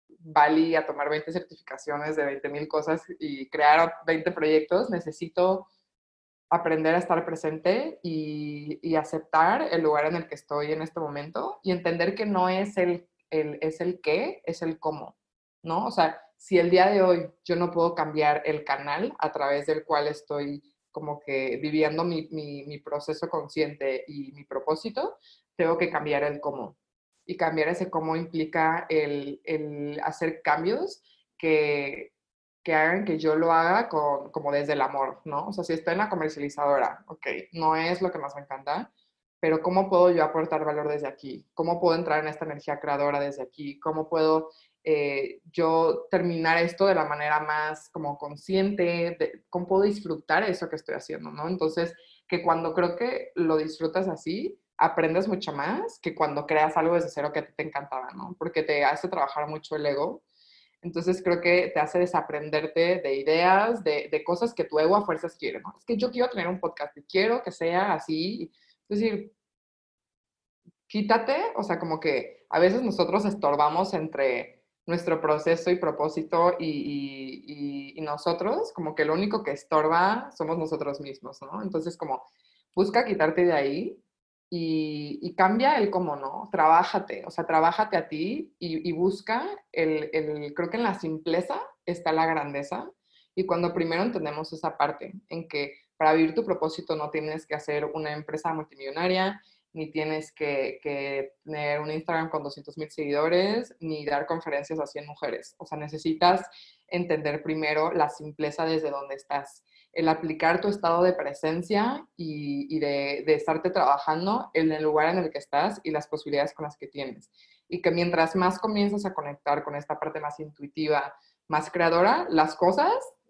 Bali a tomar veinte certificaciones de veinte mil cosas y crear veinte proyectos, necesito aprender a estar presente y, y, aceptar el lugar en el que estoy en este momento y entender que no es el, el, es el qué, es el cómo, ¿no? O sea, si el día de hoy yo no puedo cambiar el canal a través del cual estoy como que viviendo mi, mi, mi proceso consciente y mi propósito, tengo que cambiar el cómo. Y cambiar ese cómo implica el, el hacer cambios que, que hagan que yo lo haga con, como desde el amor, ¿no? O sea, si estoy en la comercializadora, ok, no es lo que más me encanta, pero ¿cómo puedo yo aportar valor desde aquí? ¿Cómo puedo entrar en esta energía creadora desde aquí? ¿Cómo puedo eh, yo terminar esto de la manera más como consciente? De, ¿Cómo puedo disfrutar eso que estoy haciendo, no? Entonces, que cuando creo que lo disfrutas así, aprendes mucho más que cuando creas algo desde cero que a ti te encantaba, ¿no? Porque te hace trabajar mucho el ego. Entonces creo que te hace desaprenderte de ideas, de, de cosas que tu ego a fuerzas quiere, ¿no? Es que yo quiero tener un podcast y quiero que sea así. Es decir, quítate, o sea, como que a veces nosotros estorbamos entre nuestro proceso y propósito y, y, y, y nosotros, como que lo único que estorba somos nosotros mismos, ¿no? Entonces como busca quitarte de ahí y, y cambia el cómo, ¿no? Trabájate, o sea, trabájate a ti y, y busca el, el, creo que en la simpleza está la grandeza y cuando primero entendemos esa parte en que para vivir tu propósito no tienes que hacer una empresa multimillonaria, ni tienes que, que tener un Instagram con doscientos mil seguidores, ni dar conferencias a cien mujeres. O sea, necesitas entender primero la simpleza desde donde estás, el aplicar tu estado de presencia y, y de, de estarte trabajando en el lugar en el que estás y las posibilidades con las que tienes. Y que mientras más comienzas a conectar con esta parte más intuitiva, más creadora, las cosas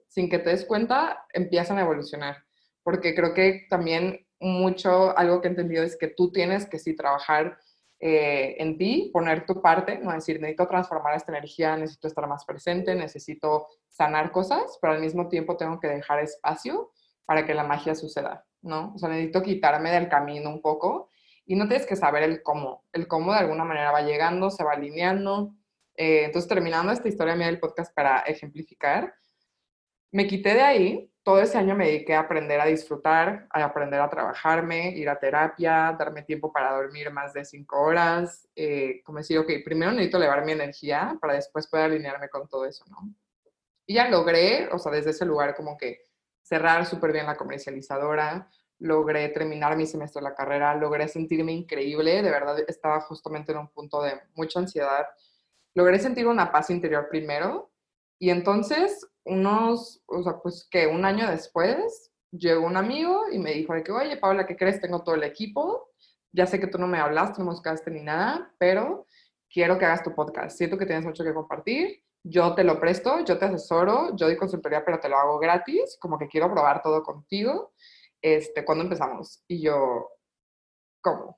sin que te des cuenta, empiezan a evolucionar. Porque creo que también mucho, algo que he entendido es que tú tienes que sí trabajar eh, en ti, poner tu parte, no decir, necesito transformar esta energía, necesito estar más presente, necesito sanar cosas, pero al mismo tiempo tengo que dejar espacio para que la magia suceda, ¿no? O sea, necesito quitarme del camino un poco y no tienes que saber el cómo. El cómo de alguna manera va llegando, se va alineando. Eh, entonces, terminando esta historia mía del podcast para ejemplificar, me quité de ahí, todo ese año me dediqué a aprender a disfrutar, a aprender a trabajarme, ir a terapia, darme tiempo para dormir más de cinco horas, eh, como decir, ok, primero necesito elevar mi energía para después poder alinearme con todo eso, ¿no? Y ya logré, o sea, desde ese lugar como que cerrar súper bien la comercializadora, logré terminar mi semestre de la carrera, logré sentirme increíble, de verdad estaba justamente en un punto de mucha ansiedad, logré sentir una paz interior primero y entonces unos, o sea, pues que un año después llegó un amigo y me dijo de que, oye, Paula, ¿qué crees? Tengo todo el equipo, ya sé que tú no me hablaste, no me buscaste ni nada, pero quiero que hagas tu podcast, siento que tienes mucho que compartir, yo te lo presto, yo te asesoro, yo doy consultoría, pero te lo hago gratis, como que quiero probar todo contigo, este, ¿cuándo empezamos? Y yo, ¿cómo?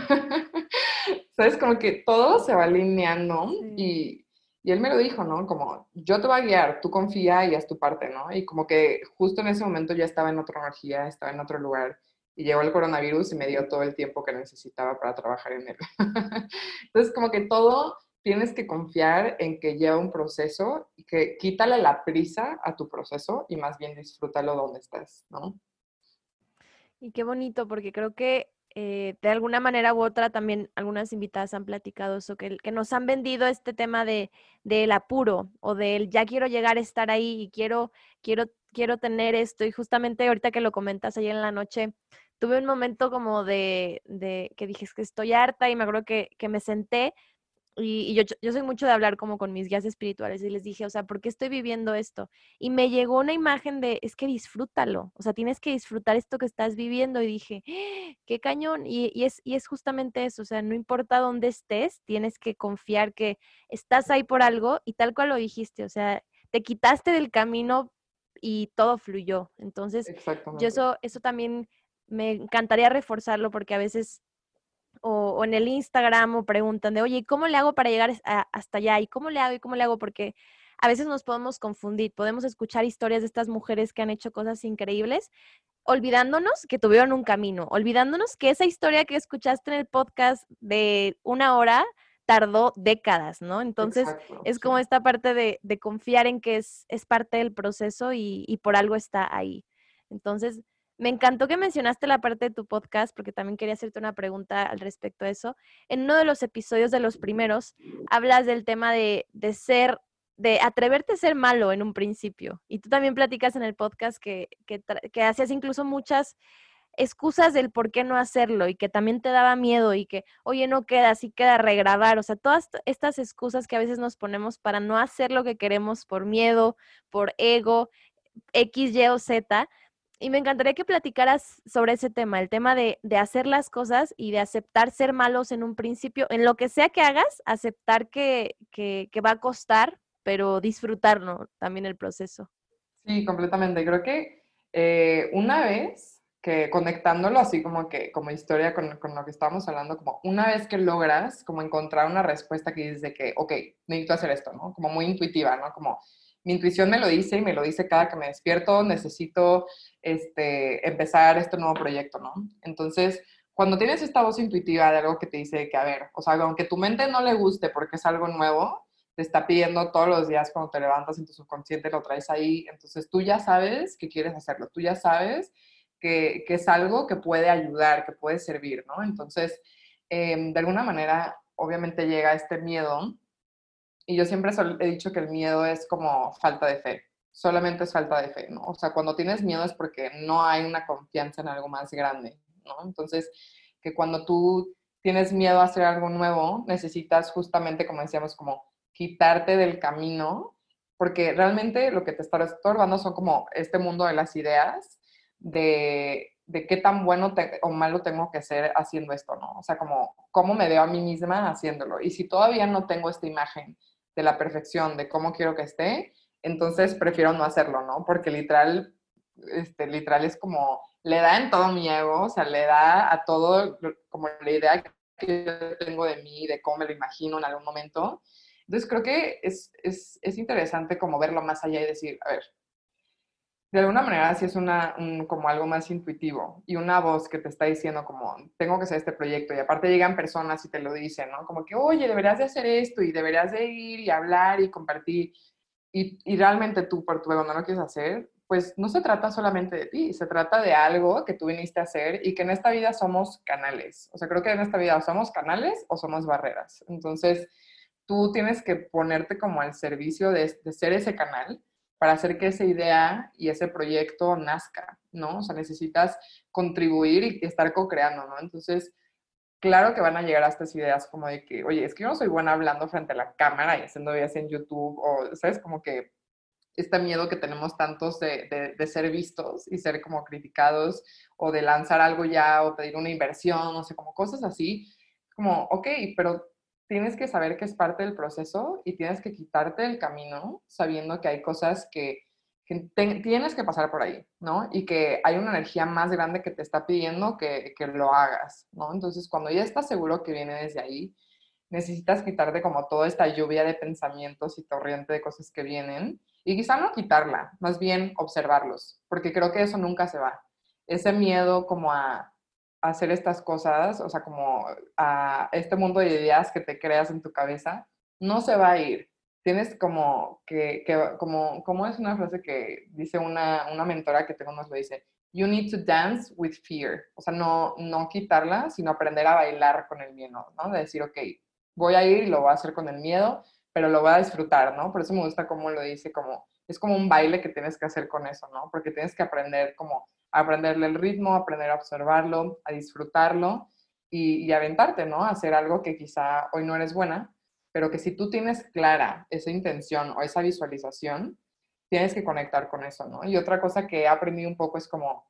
¿Sabes? Como que todo se va alineando Sí. y, y él me lo dijo, ¿no? Como, yo te voy a guiar, tú confía y haz tu parte, ¿no? Y como que justo en ese momento ya estaba en otra energía, estaba en otro lugar y llegó el coronavirus y me dio todo el tiempo que necesitaba para trabajar en él. Entonces, como que todo tienes que confiar en que lleva un proceso y que quítale la prisa a tu proceso y más bien disfrútalo donde estás, ¿no? Y qué bonito, porque creo que eh, de alguna manera u otra también algunas invitadas han platicado eso, que, que nos han vendido este tema de del apuro o del ya quiero llegar a estar ahí y quiero, quiero, quiero tener esto. Y justamente ahorita que lo comentas ayer en la noche, tuve un momento como de, de que dije, es que estoy harta y me acuerdo que, que me senté y, y yo, yo soy mucho de hablar como con mis guías espirituales y les dije, o sea, ¿por qué estoy viviendo esto? Y me llegó una imagen de, es que disfrútalo, o sea, tienes que disfrutar esto que estás viviendo. Y dije, ¡ah! Qué cañón. Y, y, es, y es justamente eso, o sea, no importa dónde estés, tienes que confiar que estás ahí por algo y tal cual lo dijiste, o sea, te quitaste del camino y todo fluyó. Entonces, yo Exactamente. eso, eso también me encantaría reforzarlo porque a veces o, o en el Instagram o preguntan de, oye, ¿cómo le hago para llegar a- hasta allá? ¿Y cómo le hago? ¿Y cómo le hago? Porque a veces nos podemos confundir, podemos escuchar historias de estas mujeres que han hecho cosas increíbles, olvidándonos que tuvieron un camino, olvidándonos que esa historia que escuchaste en el podcast de una hora tardó décadas, ¿no? Entonces, Exacto, es sí. como esta parte de, de confiar en que es, es parte del proceso y, y por algo está ahí. Entonces, me encantó que mencionaste la parte de tu podcast, porque también quería hacerte una pregunta al respecto de eso. En uno de los episodios de los primeros, hablas del tema de, de ser, de atreverte a ser malo en un principio. Y tú también platicas en el podcast que, que, que hacías incluso muchas excusas del por qué no hacerlo y que también te daba miedo y que, oye, no queda, sí queda regrabar. O sea, todas estas excusas que a veces nos ponemos para no hacer lo que queremos por miedo, por ego, X, Y o Z. Y me encantaría que platicaras sobre ese tema, el tema de, de hacer las cosas y de aceptar ser malos en un principio, en lo que sea que hagas, aceptar que, que, que va a costar, pero disfrutarlo también el proceso. Sí, completamente. Creo que eh, una vez que conectándolo así como que como historia con, con lo que estábamos hablando, como una vez que logras como encontrar una respuesta que dices de que, ok, necesito hacer esto, ¿no? Como muy intuitiva, ¿no? Como mi intuición me lo dice y me lo dice cada que me despierto, necesito este, empezar este nuevo proyecto, ¿no? Entonces, cuando tienes esta voz intuitiva de algo que te dice que, a ver, o sea, aunque tu mente no le guste porque es algo nuevo, te está pidiendo todos los días cuando te levantas en tu subconsciente, lo traes ahí, entonces tú ya sabes que quieres hacerlo, tú ya sabes que, que es algo que puede ayudar, que puede servir, ¿no? Entonces, eh, de alguna manera, obviamente llega este miedo, y yo siempre he dicho que el miedo es como falta de fe, solamente es falta de fe, ¿no? O sea, cuando tienes miedo es porque no hay una confianza en algo más grande, ¿no? Entonces, que cuando tú tienes miedo a hacer algo nuevo, necesitas justamente, como decíamos, como quitarte del camino, porque realmente lo que te está estorbando son como este mundo de las ideas, de, de qué tan bueno te, o malo tengo que ser haciendo esto, ¿no? O sea, como cómo me veo a mí misma haciéndolo. Y si todavía no tengo esta imagen de la perfección, de cómo quiero que esté, entonces prefiero no hacerlo, ¿no? Porque literal, este, literal es como, le da en todo mi ego, o sea, le da a todo como la idea que yo tengo de mí, de cómo me lo imagino en algún momento. Entonces creo que es, es, es interesante como verlo más allá y decir, a ver, de alguna manera sí es una, un, como algo más intuitivo y una voz que te está diciendo como, tengo que hacer este proyecto, y aparte llegan personas y te lo dicen, ¿no? Como que, oye, deberías de hacer esto y deberías de ir y hablar y compartir, y, y realmente tú por tu ego no lo quieres hacer, pues no se trata solamente de ti, se trata de algo que tú viniste a hacer, y que en esta vida somos canales. O sea, creo que en esta vida o somos canales o somos barreras. Entonces, tú tienes que ponerte como al servicio de, de ser ese canal para hacer que esa idea y ese proyecto nazca, ¿no? O sea, necesitas contribuir y estar co-creando, ¿no? Entonces, claro que van a llegar a estas ideas como de que, oye, es que yo no soy buena hablando frente a la cámara y haciendo videos en YouTube, o, ¿sabes? Como que este miedo que tenemos tantos de, de, de ser vistos y ser como criticados, o de lanzar algo ya, o pedir una inversión, no sé, como cosas así, como, ok, pero tienes que saber que es parte del proceso y tienes que quitarte el camino sabiendo que hay cosas que, que te, tienes que pasar por ahí, ¿no? Y que hay una energía más grande que te está pidiendo que, que lo hagas, ¿no? Entonces, cuando ya estás seguro que viene desde ahí, necesitas quitarte como toda esta lluvia de pensamientos y torrente de cosas que vienen, y quizá no quitarla, más bien observarlos, porque creo que eso nunca se va. Ese miedo como a, a hacer estas cosas, o sea, como a este mundo de ideas que te creas en tu cabeza, no se va a ir. Tienes como que, que como, como es una frase que dice una, una mentora que tengo, nos lo dice, you need to dance with fear. O sea, no, no quitarla, sino aprender a bailar con el miedo, ¿no? De decir, ok, voy a ir y lo voy a hacer con el miedo, pero lo voy a disfrutar, ¿no? Por eso me gusta cómo lo dice, como, es como un baile que tienes que hacer con eso, ¿no? Porque tienes que aprender como a aprenderle el ritmo, aprender a observarlo, a disfrutarlo, y, y aventarte, ¿no? A hacer algo que quizá hoy no eres buena, pero que si tú tienes clara esa intención o esa visualización, tienes que conectar con eso, ¿no? Y otra cosa que he aprendido un poco es como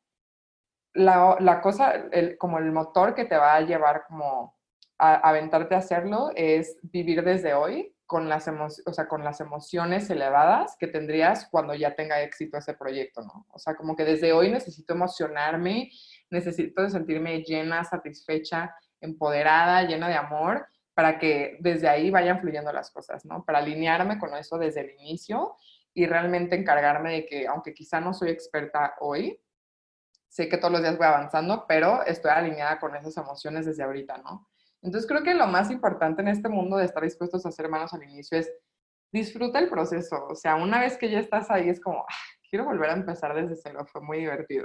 la, la cosa, el, como el motor que te va a llevar como a, a aventarte a hacerlo, es vivir desde hoy con las, emo o sea, con las emociones elevadas que tendrías cuando ya tenga éxito ese proyecto, ¿no? O sea, como que desde hoy necesito emocionarme, necesito sentirme llena, satisfecha, empoderada, llena de amor, para que desde ahí vayan fluyendo las cosas, ¿no? Para alinearme con eso desde el inicio y realmente encargarme de que, aunque quizá no soy experta hoy, sé que todos los días voy avanzando, pero estoy alineada con esas emociones desde ahorita, ¿no? Entonces creo que lo más importante en este mundo de estar dispuestos a hacer manos al inicio es disfruta el proceso. O sea, una vez que ya estás ahí es como, ah, quiero volver a empezar desde cero, fue muy divertido.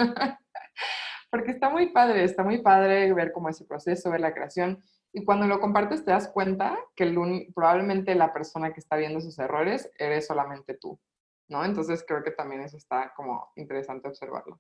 Porque está muy padre, está muy padre ver cómo ese proceso, ver la creación. Y cuando lo compartes te das cuenta que el, probablemente la persona que está viendo esos errores eres solamente tú, ¿no? Entonces creo que también eso está como interesante observarlo.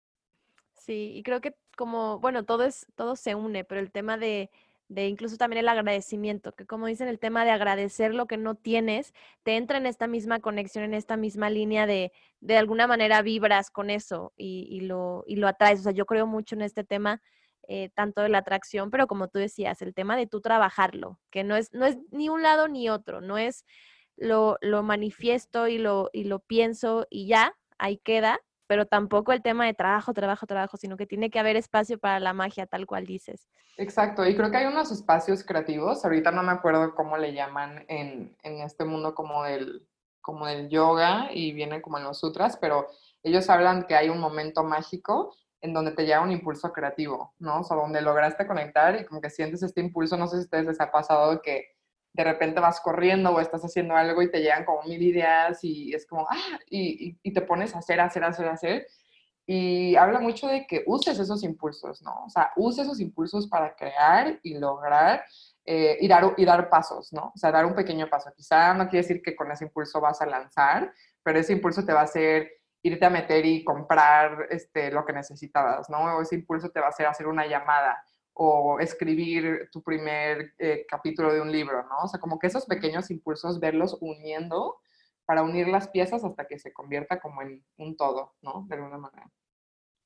Sí, y creo que como, bueno, todo es, todo se une, pero el tema de, de incluso también el agradecimiento, que como dicen, el tema de agradecer lo que no tienes, te entra en esta misma conexión, en esta misma línea de, de alguna manera vibras con eso y, y lo, y lo atraes. O sea, yo creo mucho en este tema, eh, tanto de la atracción, pero como tú decías, el tema de tú trabajarlo, que no es, no es ni un lado ni otro, no es lo, lo manifiesto y lo, y lo pienso y ya, ahí queda, pero tampoco el tema de trabajo, trabajo, trabajo, sino que tiene que haber espacio para la magia, tal cual dices. Exacto, y creo que hay unos espacios creativos, ahorita no me acuerdo cómo le llaman en, en este mundo como del, como del yoga, y viene como en los sutras, pero ellos hablan que hay un momento mágico en donde te llega un impulso creativo, ¿no? O sea, donde lograste conectar y como que sientes este impulso. No sé si a ustedes les ha pasado que de repente vas corriendo o estás haciendo algo y te llegan como mil ideas y es como, ah, y, y, y te pones a hacer, hacer, hacer, hacer. Y habla mucho de que uses esos impulsos, ¿no? O sea, uses esos impulsos para crear y lograr eh, y, dar, y dar pasos, ¿no? O sea, dar un pequeño paso. Quizá no quiere decir que con ese impulso vas a lanzar, pero ese impulso te va a hacer irte a meter y comprar este, lo que necesitabas, ¿no? O ese impulso te va a hacer hacer una llamada o escribir tu primer eh, capítulo de un libro, ¿no? O sea, como que esos pequeños impulsos, verlos uniendo para unir las piezas hasta que se convierta como en un todo, ¿no? De alguna manera.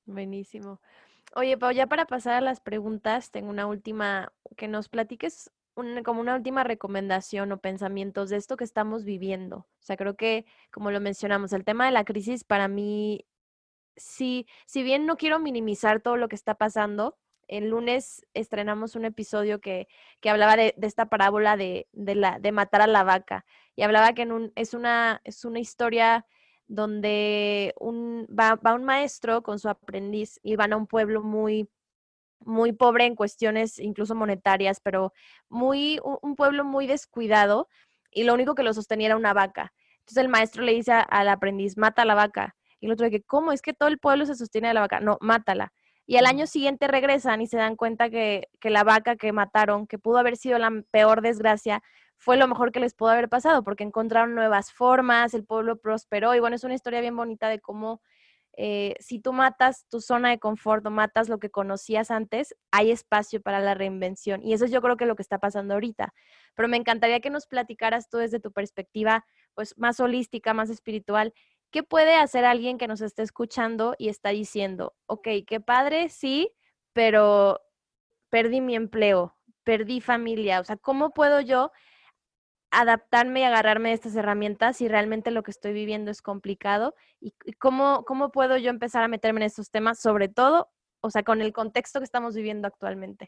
Buenísimo. Oye, Pau, ya para pasar a las preguntas, tengo una última, que nos platiques un- como una última recomendación o pensamientos de esto que estamos viviendo. O sea, creo que, como lo mencionamos, el tema de la crisis para mí, sí, si bien no quiero minimizar todo lo que está pasando, el lunes estrenamos un episodio que, que hablaba de, de esta parábola de, de, la, de matar a la vaca. Y hablaba que en un, es, una, es una historia donde un, va, va un maestro con su aprendiz y van a un pueblo muy muy pobre en cuestiones incluso monetarias, pero muy, un, un pueblo muy descuidado y lo único que lo sostenía era una vaca. Entonces el maestro le dice a- al aprendiz, mata a la vaca. Y el otro de que, ¿cómo? Es que todo el pueblo se sostiene de la vaca. No, mátala. Y al año siguiente regresan y se dan cuenta que, que la vaca que mataron, que pudo haber sido la peor desgracia, fue lo mejor que les pudo haber pasado, porque encontraron nuevas formas, el pueblo prosperó. Y bueno, es una historia bien bonita de cómo eh, si tú matas tu zona de confort o matas lo que conocías antes, hay espacio para la reinvención. Y eso es yo creo que lo que está pasando ahorita. Pero me encantaría que nos platicaras tú desde tu perspectiva, pues más holística, más espiritual. ¿Qué puede hacer alguien que nos esté escuchando y está diciendo, ok, qué padre, sí, pero perdí mi empleo, perdí familia? O sea, ¿cómo puedo yo adaptarme y agarrarme de estas herramientas si realmente lo que estoy viviendo es complicado? ¿Y, y cómo, cómo puedo yo empezar a meterme en estos temas, sobre todo, o sea, con el contexto que estamos viviendo actualmente?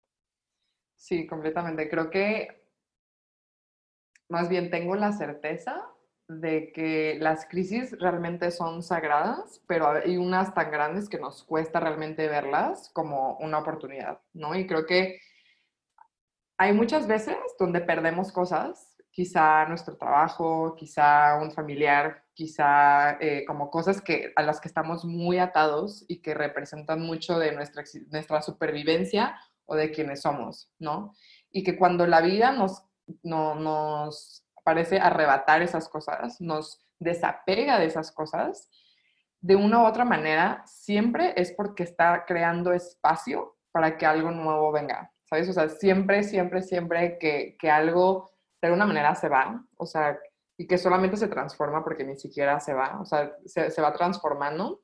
Sí, completamente. Creo que más bien tengo la certeza de que las crisis realmente son sagradas, pero hay unas tan grandes que nos cuesta realmente verlas como una oportunidad, ¿no? Y creo que hay muchas veces donde perdemos cosas, quizá nuestro trabajo, quizá un familiar, quizá eh, como cosas que, a las que estamos muy atados y que representan mucho de nuestra, nuestra supervivencia o de quienes somos, ¿no? Y que cuando la vida nos, no, nos parece arrebatar esas cosas, nos desapega de esas cosas, de una u otra manera, siempre es porque está creando espacio para que algo nuevo venga, ¿sabes? O sea, siempre, siempre, siempre que, que algo de alguna manera se va, o sea, y que solamente se transforma porque ni siquiera se va, o sea, se, se va transformando.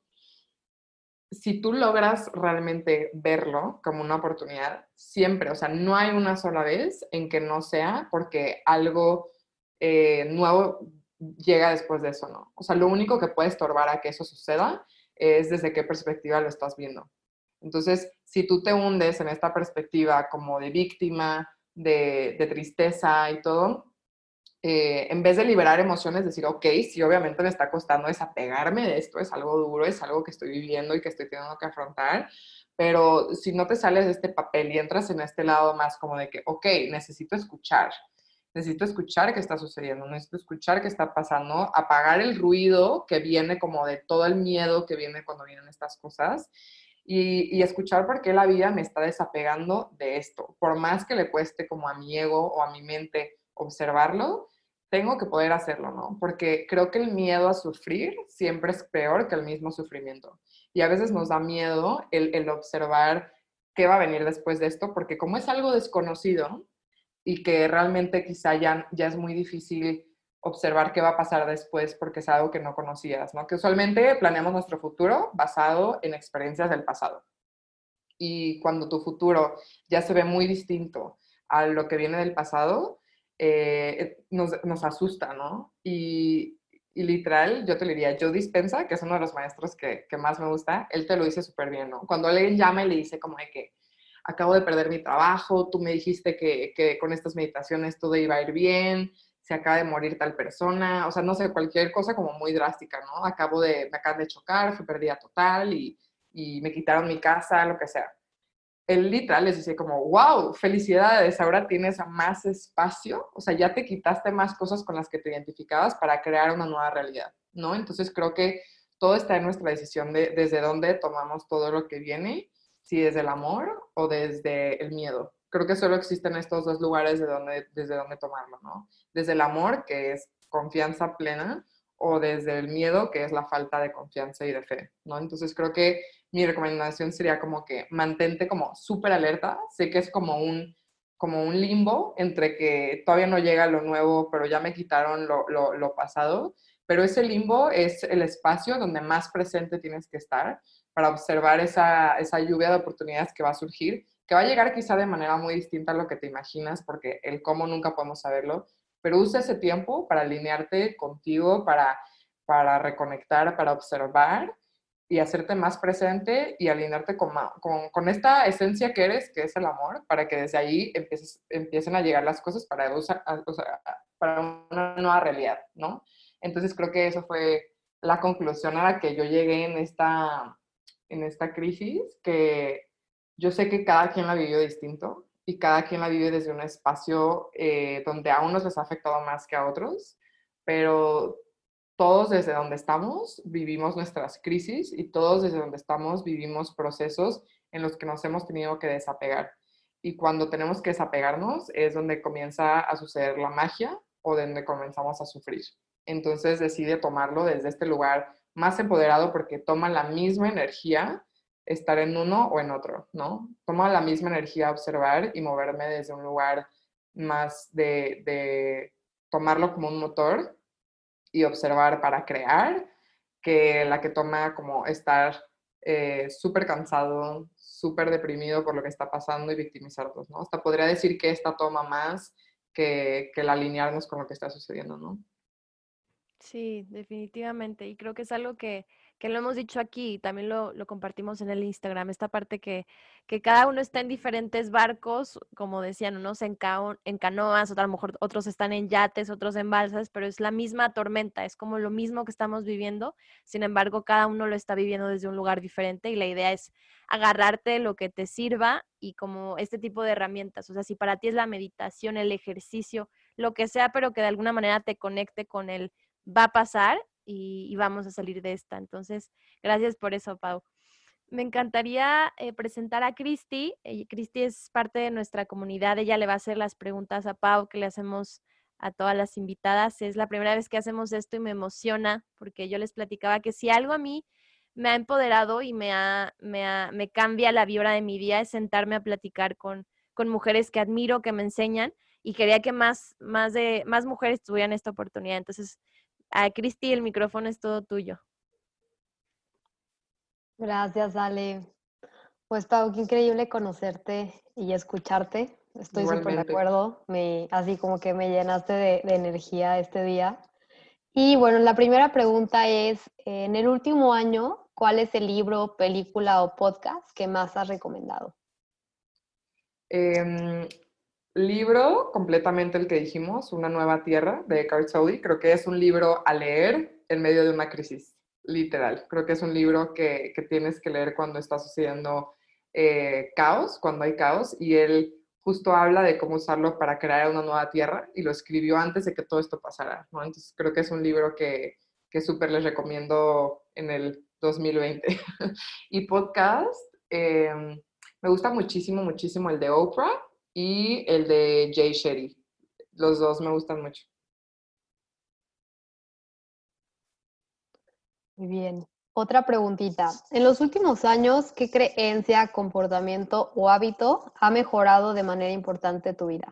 Si tú logras realmente verlo como una oportunidad, siempre, o sea, no hay una sola vez en que no sea porque algo eh, nuevo llega después de eso, ¿no? O sea, lo único que puede estorbar a que eso suceda es desde qué perspectiva lo estás viendo. Entonces, si tú te hundes en esta perspectiva como de víctima, de, de tristeza y todo, eh, en vez de liberar emociones, decir, ok, sí, obviamente me está costando desapegarme de esto, es algo duro, es algo que estoy viviendo y que estoy teniendo que afrontar, pero si no te sales de este papel y entras en este lado más como de que, ok, necesito escuchar, necesito escuchar qué está sucediendo, necesito escuchar qué está pasando, apagar el ruido que viene como de todo el miedo que viene cuando vienen estas cosas y, y escuchar por qué la vida me está desapegando de esto. Por más que le cueste como a mi ego o a mi mente observarlo, tengo que poder hacerlo, ¿no? Porque creo que el miedo a sufrir siempre es peor que el mismo sufrimiento. Y a veces nos da miedo el, el observar qué va a venir después de esto, porque como es algo desconocido y que realmente quizá ya, ya es muy difícil observar qué va a pasar después porque es algo que no conocías, ¿no? Que usualmente planeamos nuestro futuro basado en experiencias del pasado. Y cuando tu futuro ya se ve muy distinto a lo que viene del pasado, eh, nos, nos, asusta, ¿no? Y, y, literal, yo te lo diría, Joe Dispenza, que es uno de los maestros que, que más me gusta, él te lo dice súper bien, ¿no? Cuando alguien llama y le dice como de que acabo de perder mi trabajo, tú me dijiste que, que con estas meditaciones todo iba a ir bien, se acaba de morir tal persona, o sea, no sé, cualquier cosa como muy drástica, ¿no? Acabo de, me acaban de chocar, fue pérdida total y, y me quitaron mi casa, lo que sea. Él literal les dice como, wow, felicidades, ahora tienes más espacio, o sea, ya te quitaste más cosas con las que te identificabas para crear una nueva realidad, ¿no? Entonces creo que todo está en nuestra decisión de desde dónde tomamos todo lo que viene, si desde el amor o desde el miedo. Creo que solo existen estos dos lugares de donde, desde donde tomarlo, ¿no? Desde el amor, que es confianza plena, o desde el miedo, que es la falta de confianza y de fe, ¿no? Entonces creo que mi recomendación sería como que mantente como súper alerta. Sé que es como un, como un limbo entre que todavía no llega lo nuevo, pero ya me quitaron lo, lo, lo pasado. Pero ese limbo es el espacio donde más presente tienes que estar para observar esa, esa lluvia de oportunidades que va a surgir que va a llegar quizá de manera muy distinta a lo que te imaginas, porque el cómo nunca podemos saberlo, pero usa ese tiempo para alinearte contigo, para, para reconectar, para observar y hacerte más presente y alinearte con, con, con esta esencia que eres, que es el amor, para que desde ahí empieces, empiecen a llegar las cosas para, usar, o sea, para una nueva realidad, ¿no? Entonces creo que eso fue la conclusión a la que yo llegué en esta, en esta crisis, que yo sé que cada quien la vivió distinto y cada quien la vive desde un espacio eh, donde a unos les ha afectado más que a otros, pero todos desde donde estamos vivimos nuestras crisis y todos desde donde estamos vivimos procesos en los que nos hemos tenido que desapegar. Y cuando tenemos que desapegarnos es donde comienza a suceder la magia o donde comenzamos a sufrir. Entonces decide tomarlo desde este lugar más empoderado porque toma la misma energía estar en uno o en otro, ¿no? Toma la misma energía observar y moverme desde un lugar más de, de tomarlo como un motor y observar para crear, que la que toma como estar eh, súper cansado, súper deprimido por lo que está pasando y victimizarnos, ¿no? Hasta podría decir que esta toma más que, que el alinearnos con lo que está sucediendo, ¿no? Sí, definitivamente. Y creo que es algo que, que lo hemos dicho aquí, y también lo, lo compartimos en el Instagram, esta parte que, que cada uno está en diferentes barcos, como decían, unos en, cao- en canoas, otros, a lo mejor otros están en yates, otros en balsas, pero es la misma tormenta, es como lo mismo que estamos viviendo, sin embargo, cada uno lo está viviendo desde un lugar diferente y la idea es agarrarte lo que te sirva y como este tipo de herramientas, o sea, si para ti es la meditación, el ejercicio, lo que sea, pero que de alguna manera te conecte con el va a pasar y, y vamos a salir de esta. Entonces, gracias por eso, Pau. Me encantaría eh, presentar a Cristi. Eh, Cristi es parte de nuestra comunidad. Ella le va a hacer las preguntas a Pau que le hacemos a todas las invitadas. Es la primera vez que hacemos esto y me emociona porque yo les platicaba que si algo a mí me ha empoderado y me, ha, me, ha, me cambia la vibra de mi día es sentarme a platicar con, con mujeres que admiro, que me enseñan y quería que más, más, de, más mujeres tuvieran esta oportunidad. Entonces, a Cristi, el micrófono es todo tuyo. Gracias, Ale. Pues Pau, qué increíble conocerte y escucharte. Estoy súper de Igualmente. acuerdo. Me, así como que me llenaste de, de energía este día. Y bueno, la primera pregunta es, en el último año, ¿cuál es el libro, película o podcast que más has recomendado? Eh, libro, completamente el que dijimos, Una nueva tierra, de Eckhart Tolle. Creo que es un libro a leer en medio de una crisis, literal. Creo que es un libro que, que tienes que leer cuando está sucediendo eh, caos, cuando hay caos, y él justo habla de cómo usarlo para crear una nueva tierra, y lo escribió antes de que todo esto pasara, ¿no? Entonces creo que es un libro que, que súper les recomiendo en el dos mil veinte. Y podcast, eh, me gusta muchísimo, muchísimo el de Oprah y el de Jay Shetty. Los dos me gustan mucho. Muy bien. Otra preguntita. En los últimos años, ¿qué creencia, comportamiento o hábito ha mejorado de manera importante tu vida?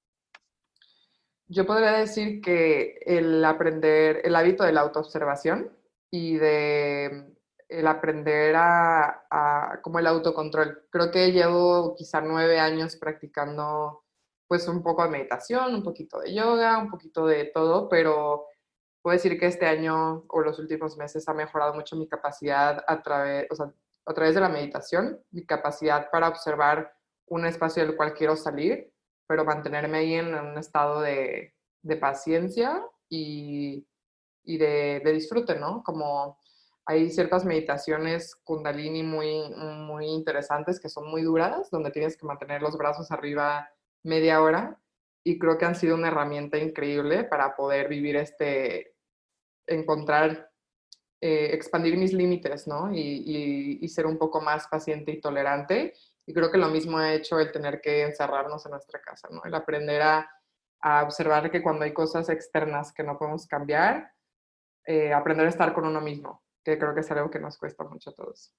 Yo podría decir que el aprender, el hábito de la autoobservación y de el aprender a, a como el autocontrol. Creo que llevo quizá nueve años practicando pues un poco de meditación, un poquito de yoga, un poquito de todo, pero puedo decir que este año o los últimos meses ha mejorado mucho mi capacidad a través, o sea, a través de la meditación, mi capacidad para observar un espacio del cual quiero salir, pero mantenerme ahí en un estado de, de paciencia y, y de, de, disfrute, ¿no? Como hay ciertas meditaciones kundalini muy, muy interesantes que son muy duras, donde tienes que mantener los brazos arriba media hora, y creo que han sido una herramienta increíble para poder vivir este, encontrar, eh, expandir mis límites, ¿no? Y, y, y ser un poco más paciente y tolerante. Y creo que lo mismo ha hecho el tener que encerrarnos en nuestra casa, ¿no? El aprender a, a observar que cuando hay cosas externas que no podemos cambiar, eh, aprender a estar con uno mismo, que creo que es algo que nos cuesta mucho a todos.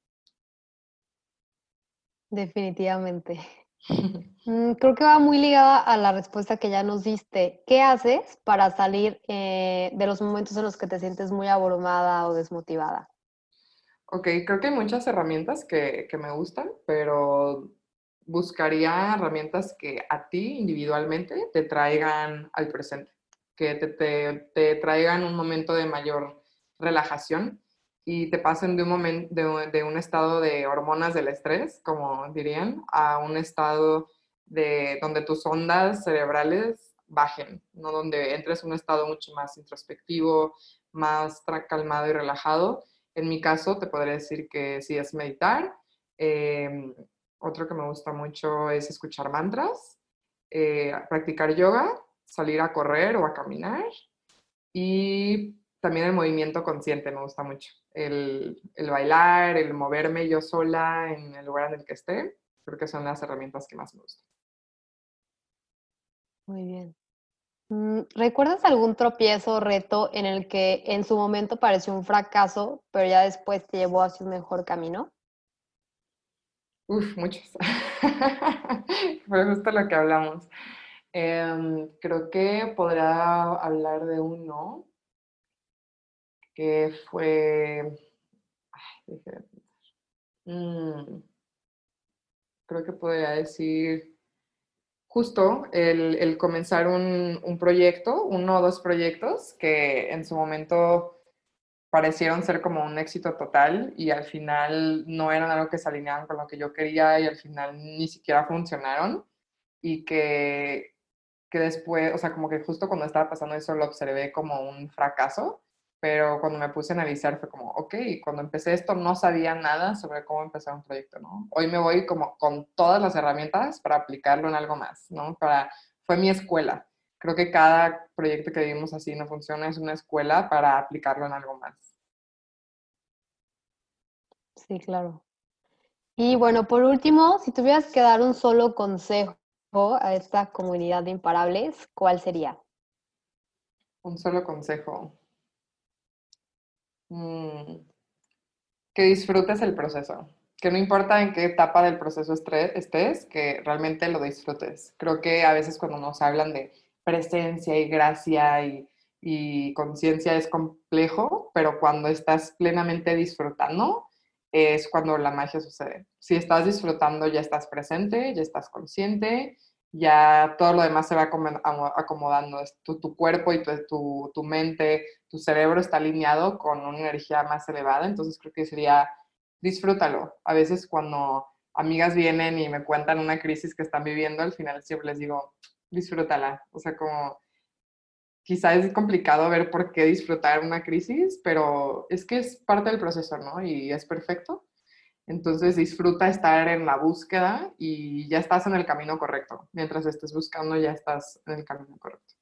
Definitivamente. Mm, creo que va muy ligada a la respuesta que ya nos diste. ¿Qué haces para salir eh, de los momentos en los que te sientes muy abrumada o desmotivada? Ok, creo que hay muchas herramientas que, que me gustan, pero buscaría herramientas que a ti individualmente te traigan al presente, que te, te, te traigan un momento de mayor relajación y te pasen de un, momento, de, de un estado de hormonas del estrés, como dirían, a un estado de donde tus ondas cerebrales bajen, ¿no? Donde entres en un estado mucho más introspectivo, más calmado y relajado. En mi caso, te podría decir que sí es meditar. Eh, otro que me gusta mucho es escuchar mantras, eh, practicar yoga, salir a correr o a caminar y también el movimiento consciente me gusta mucho. El, el bailar, el moverme yo sola en el lugar en el que esté, creo que son las herramientas que más me gustan. Muy bien. ¿Recuerdas algún tropiezo o reto en el que en su momento pareció un fracaso, pero ya después te llevó hacia un mejor camino? Uf, muchos. Fue justo lo que hablamos. Eh, creo que podrá hablar de uno que fue... Ay, mm, creo que podría decir justo el, el comenzar un, un proyecto, uno o dos proyectos que en su momento parecieron ser como un éxito total y al final no eran algo que se alineaban con lo que yo quería y al final ni siquiera funcionaron y que, que después, o sea, como que justo cuando estaba pasando eso lo observé como un fracaso, pero cuando me puse a analizar fue como, ok, cuando empecé esto no sabía nada sobre cómo empezar un proyecto, ¿no? Hoy me voy como con todas las herramientas para aplicarlo en algo más, ¿no? Para, fue mi escuela. Creo que cada proyecto que vivimos así no funciona, es una escuela para aplicarlo en algo más. Sí, claro. Y bueno, por último, si tuvieras que dar un solo consejo a esta comunidad de imparables, ¿cuál sería? Un solo consejo. Mm, que disfrutes el proceso. Que no importa en qué etapa del proceso estés, que realmente lo disfrutes. Creo que a veces cuando nos hablan de presencia y gracia y, y conciencia es complejo, pero cuando estás plenamente disfrutando es cuando la magia sucede. Si estás disfrutando ya estás presente, ya estás consciente, ya todo lo demás se va acomodando. Tu, tu cuerpo y tu, tu, tu mente, tu cerebro está alineado con una energía más elevada, entonces creo que sería disfrútalo. A veces cuando amigas vienen y me cuentan una crisis que están viviendo, al final siempre les digo, disfrútala. O sea, como quizá es complicado ver por qué disfrutar una crisis, pero es que es parte del proceso, ¿no? Y es perfecto. Entonces disfruta estar en la búsqueda y ya estás en el camino correcto. Mientras estés buscando, ya estás en el camino correcto.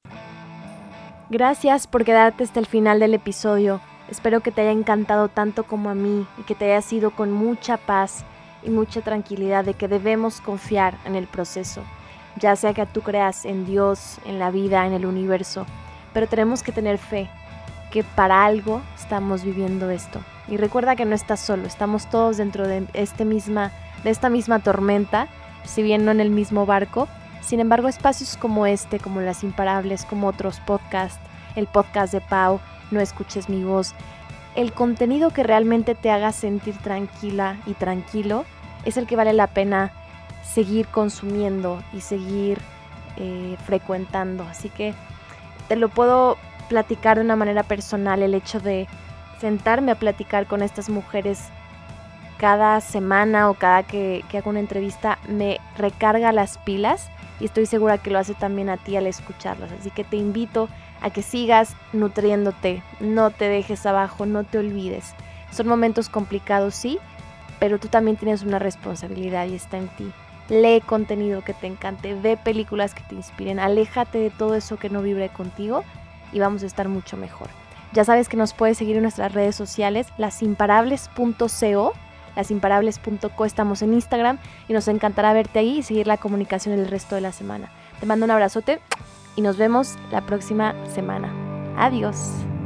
Gracias por quedarte hasta el final del episodio. Espero que te haya encantado tanto como a mí y que te haya sido con mucha paz y mucha tranquilidad de que debemos confiar en el proceso. Ya sea que tú creas en Dios, en la vida, en el universo, pero tenemos que tener fe que para algo estamos viviendo esto. Y recuerda que no estás solo, estamos todos dentro de, este misma, de esta misma tormenta, si bien no en el mismo barco. Sin embargo, espacios como este, como Las Imparables, como otros podcasts, el podcast de Pau, No Escuches Mi Voz, el contenido que realmente te haga sentir tranquila y tranquilo es el que vale la pena seguir consumiendo y seguir eh, frecuentando. Así que te lo puedo platicar de una manera personal, el hecho de sentarme a platicar con estas mujeres cada semana o cada que, que hago una entrevista me recarga las pilas y estoy segura que lo hace también a ti al escucharlas. Así que te invito a que sigas nutriéndote, no te dejes abajo, no te olvides. Son momentos complicados, sí, pero tú también tienes una responsabilidad y está en ti. Lee contenido que te encante, ve películas que te inspiren, aléjate de todo eso que no vibre contigo y vamos a estar mucho mejor. Ya sabes que nos puedes seguir en nuestras redes sociales, lasimparables punto co, lasimparables punto co, estamos en Instagram y nos encantará verte ahí y seguir la comunicación el resto de la semana. Te mando un abrazote y nos vemos la próxima semana. Adiós.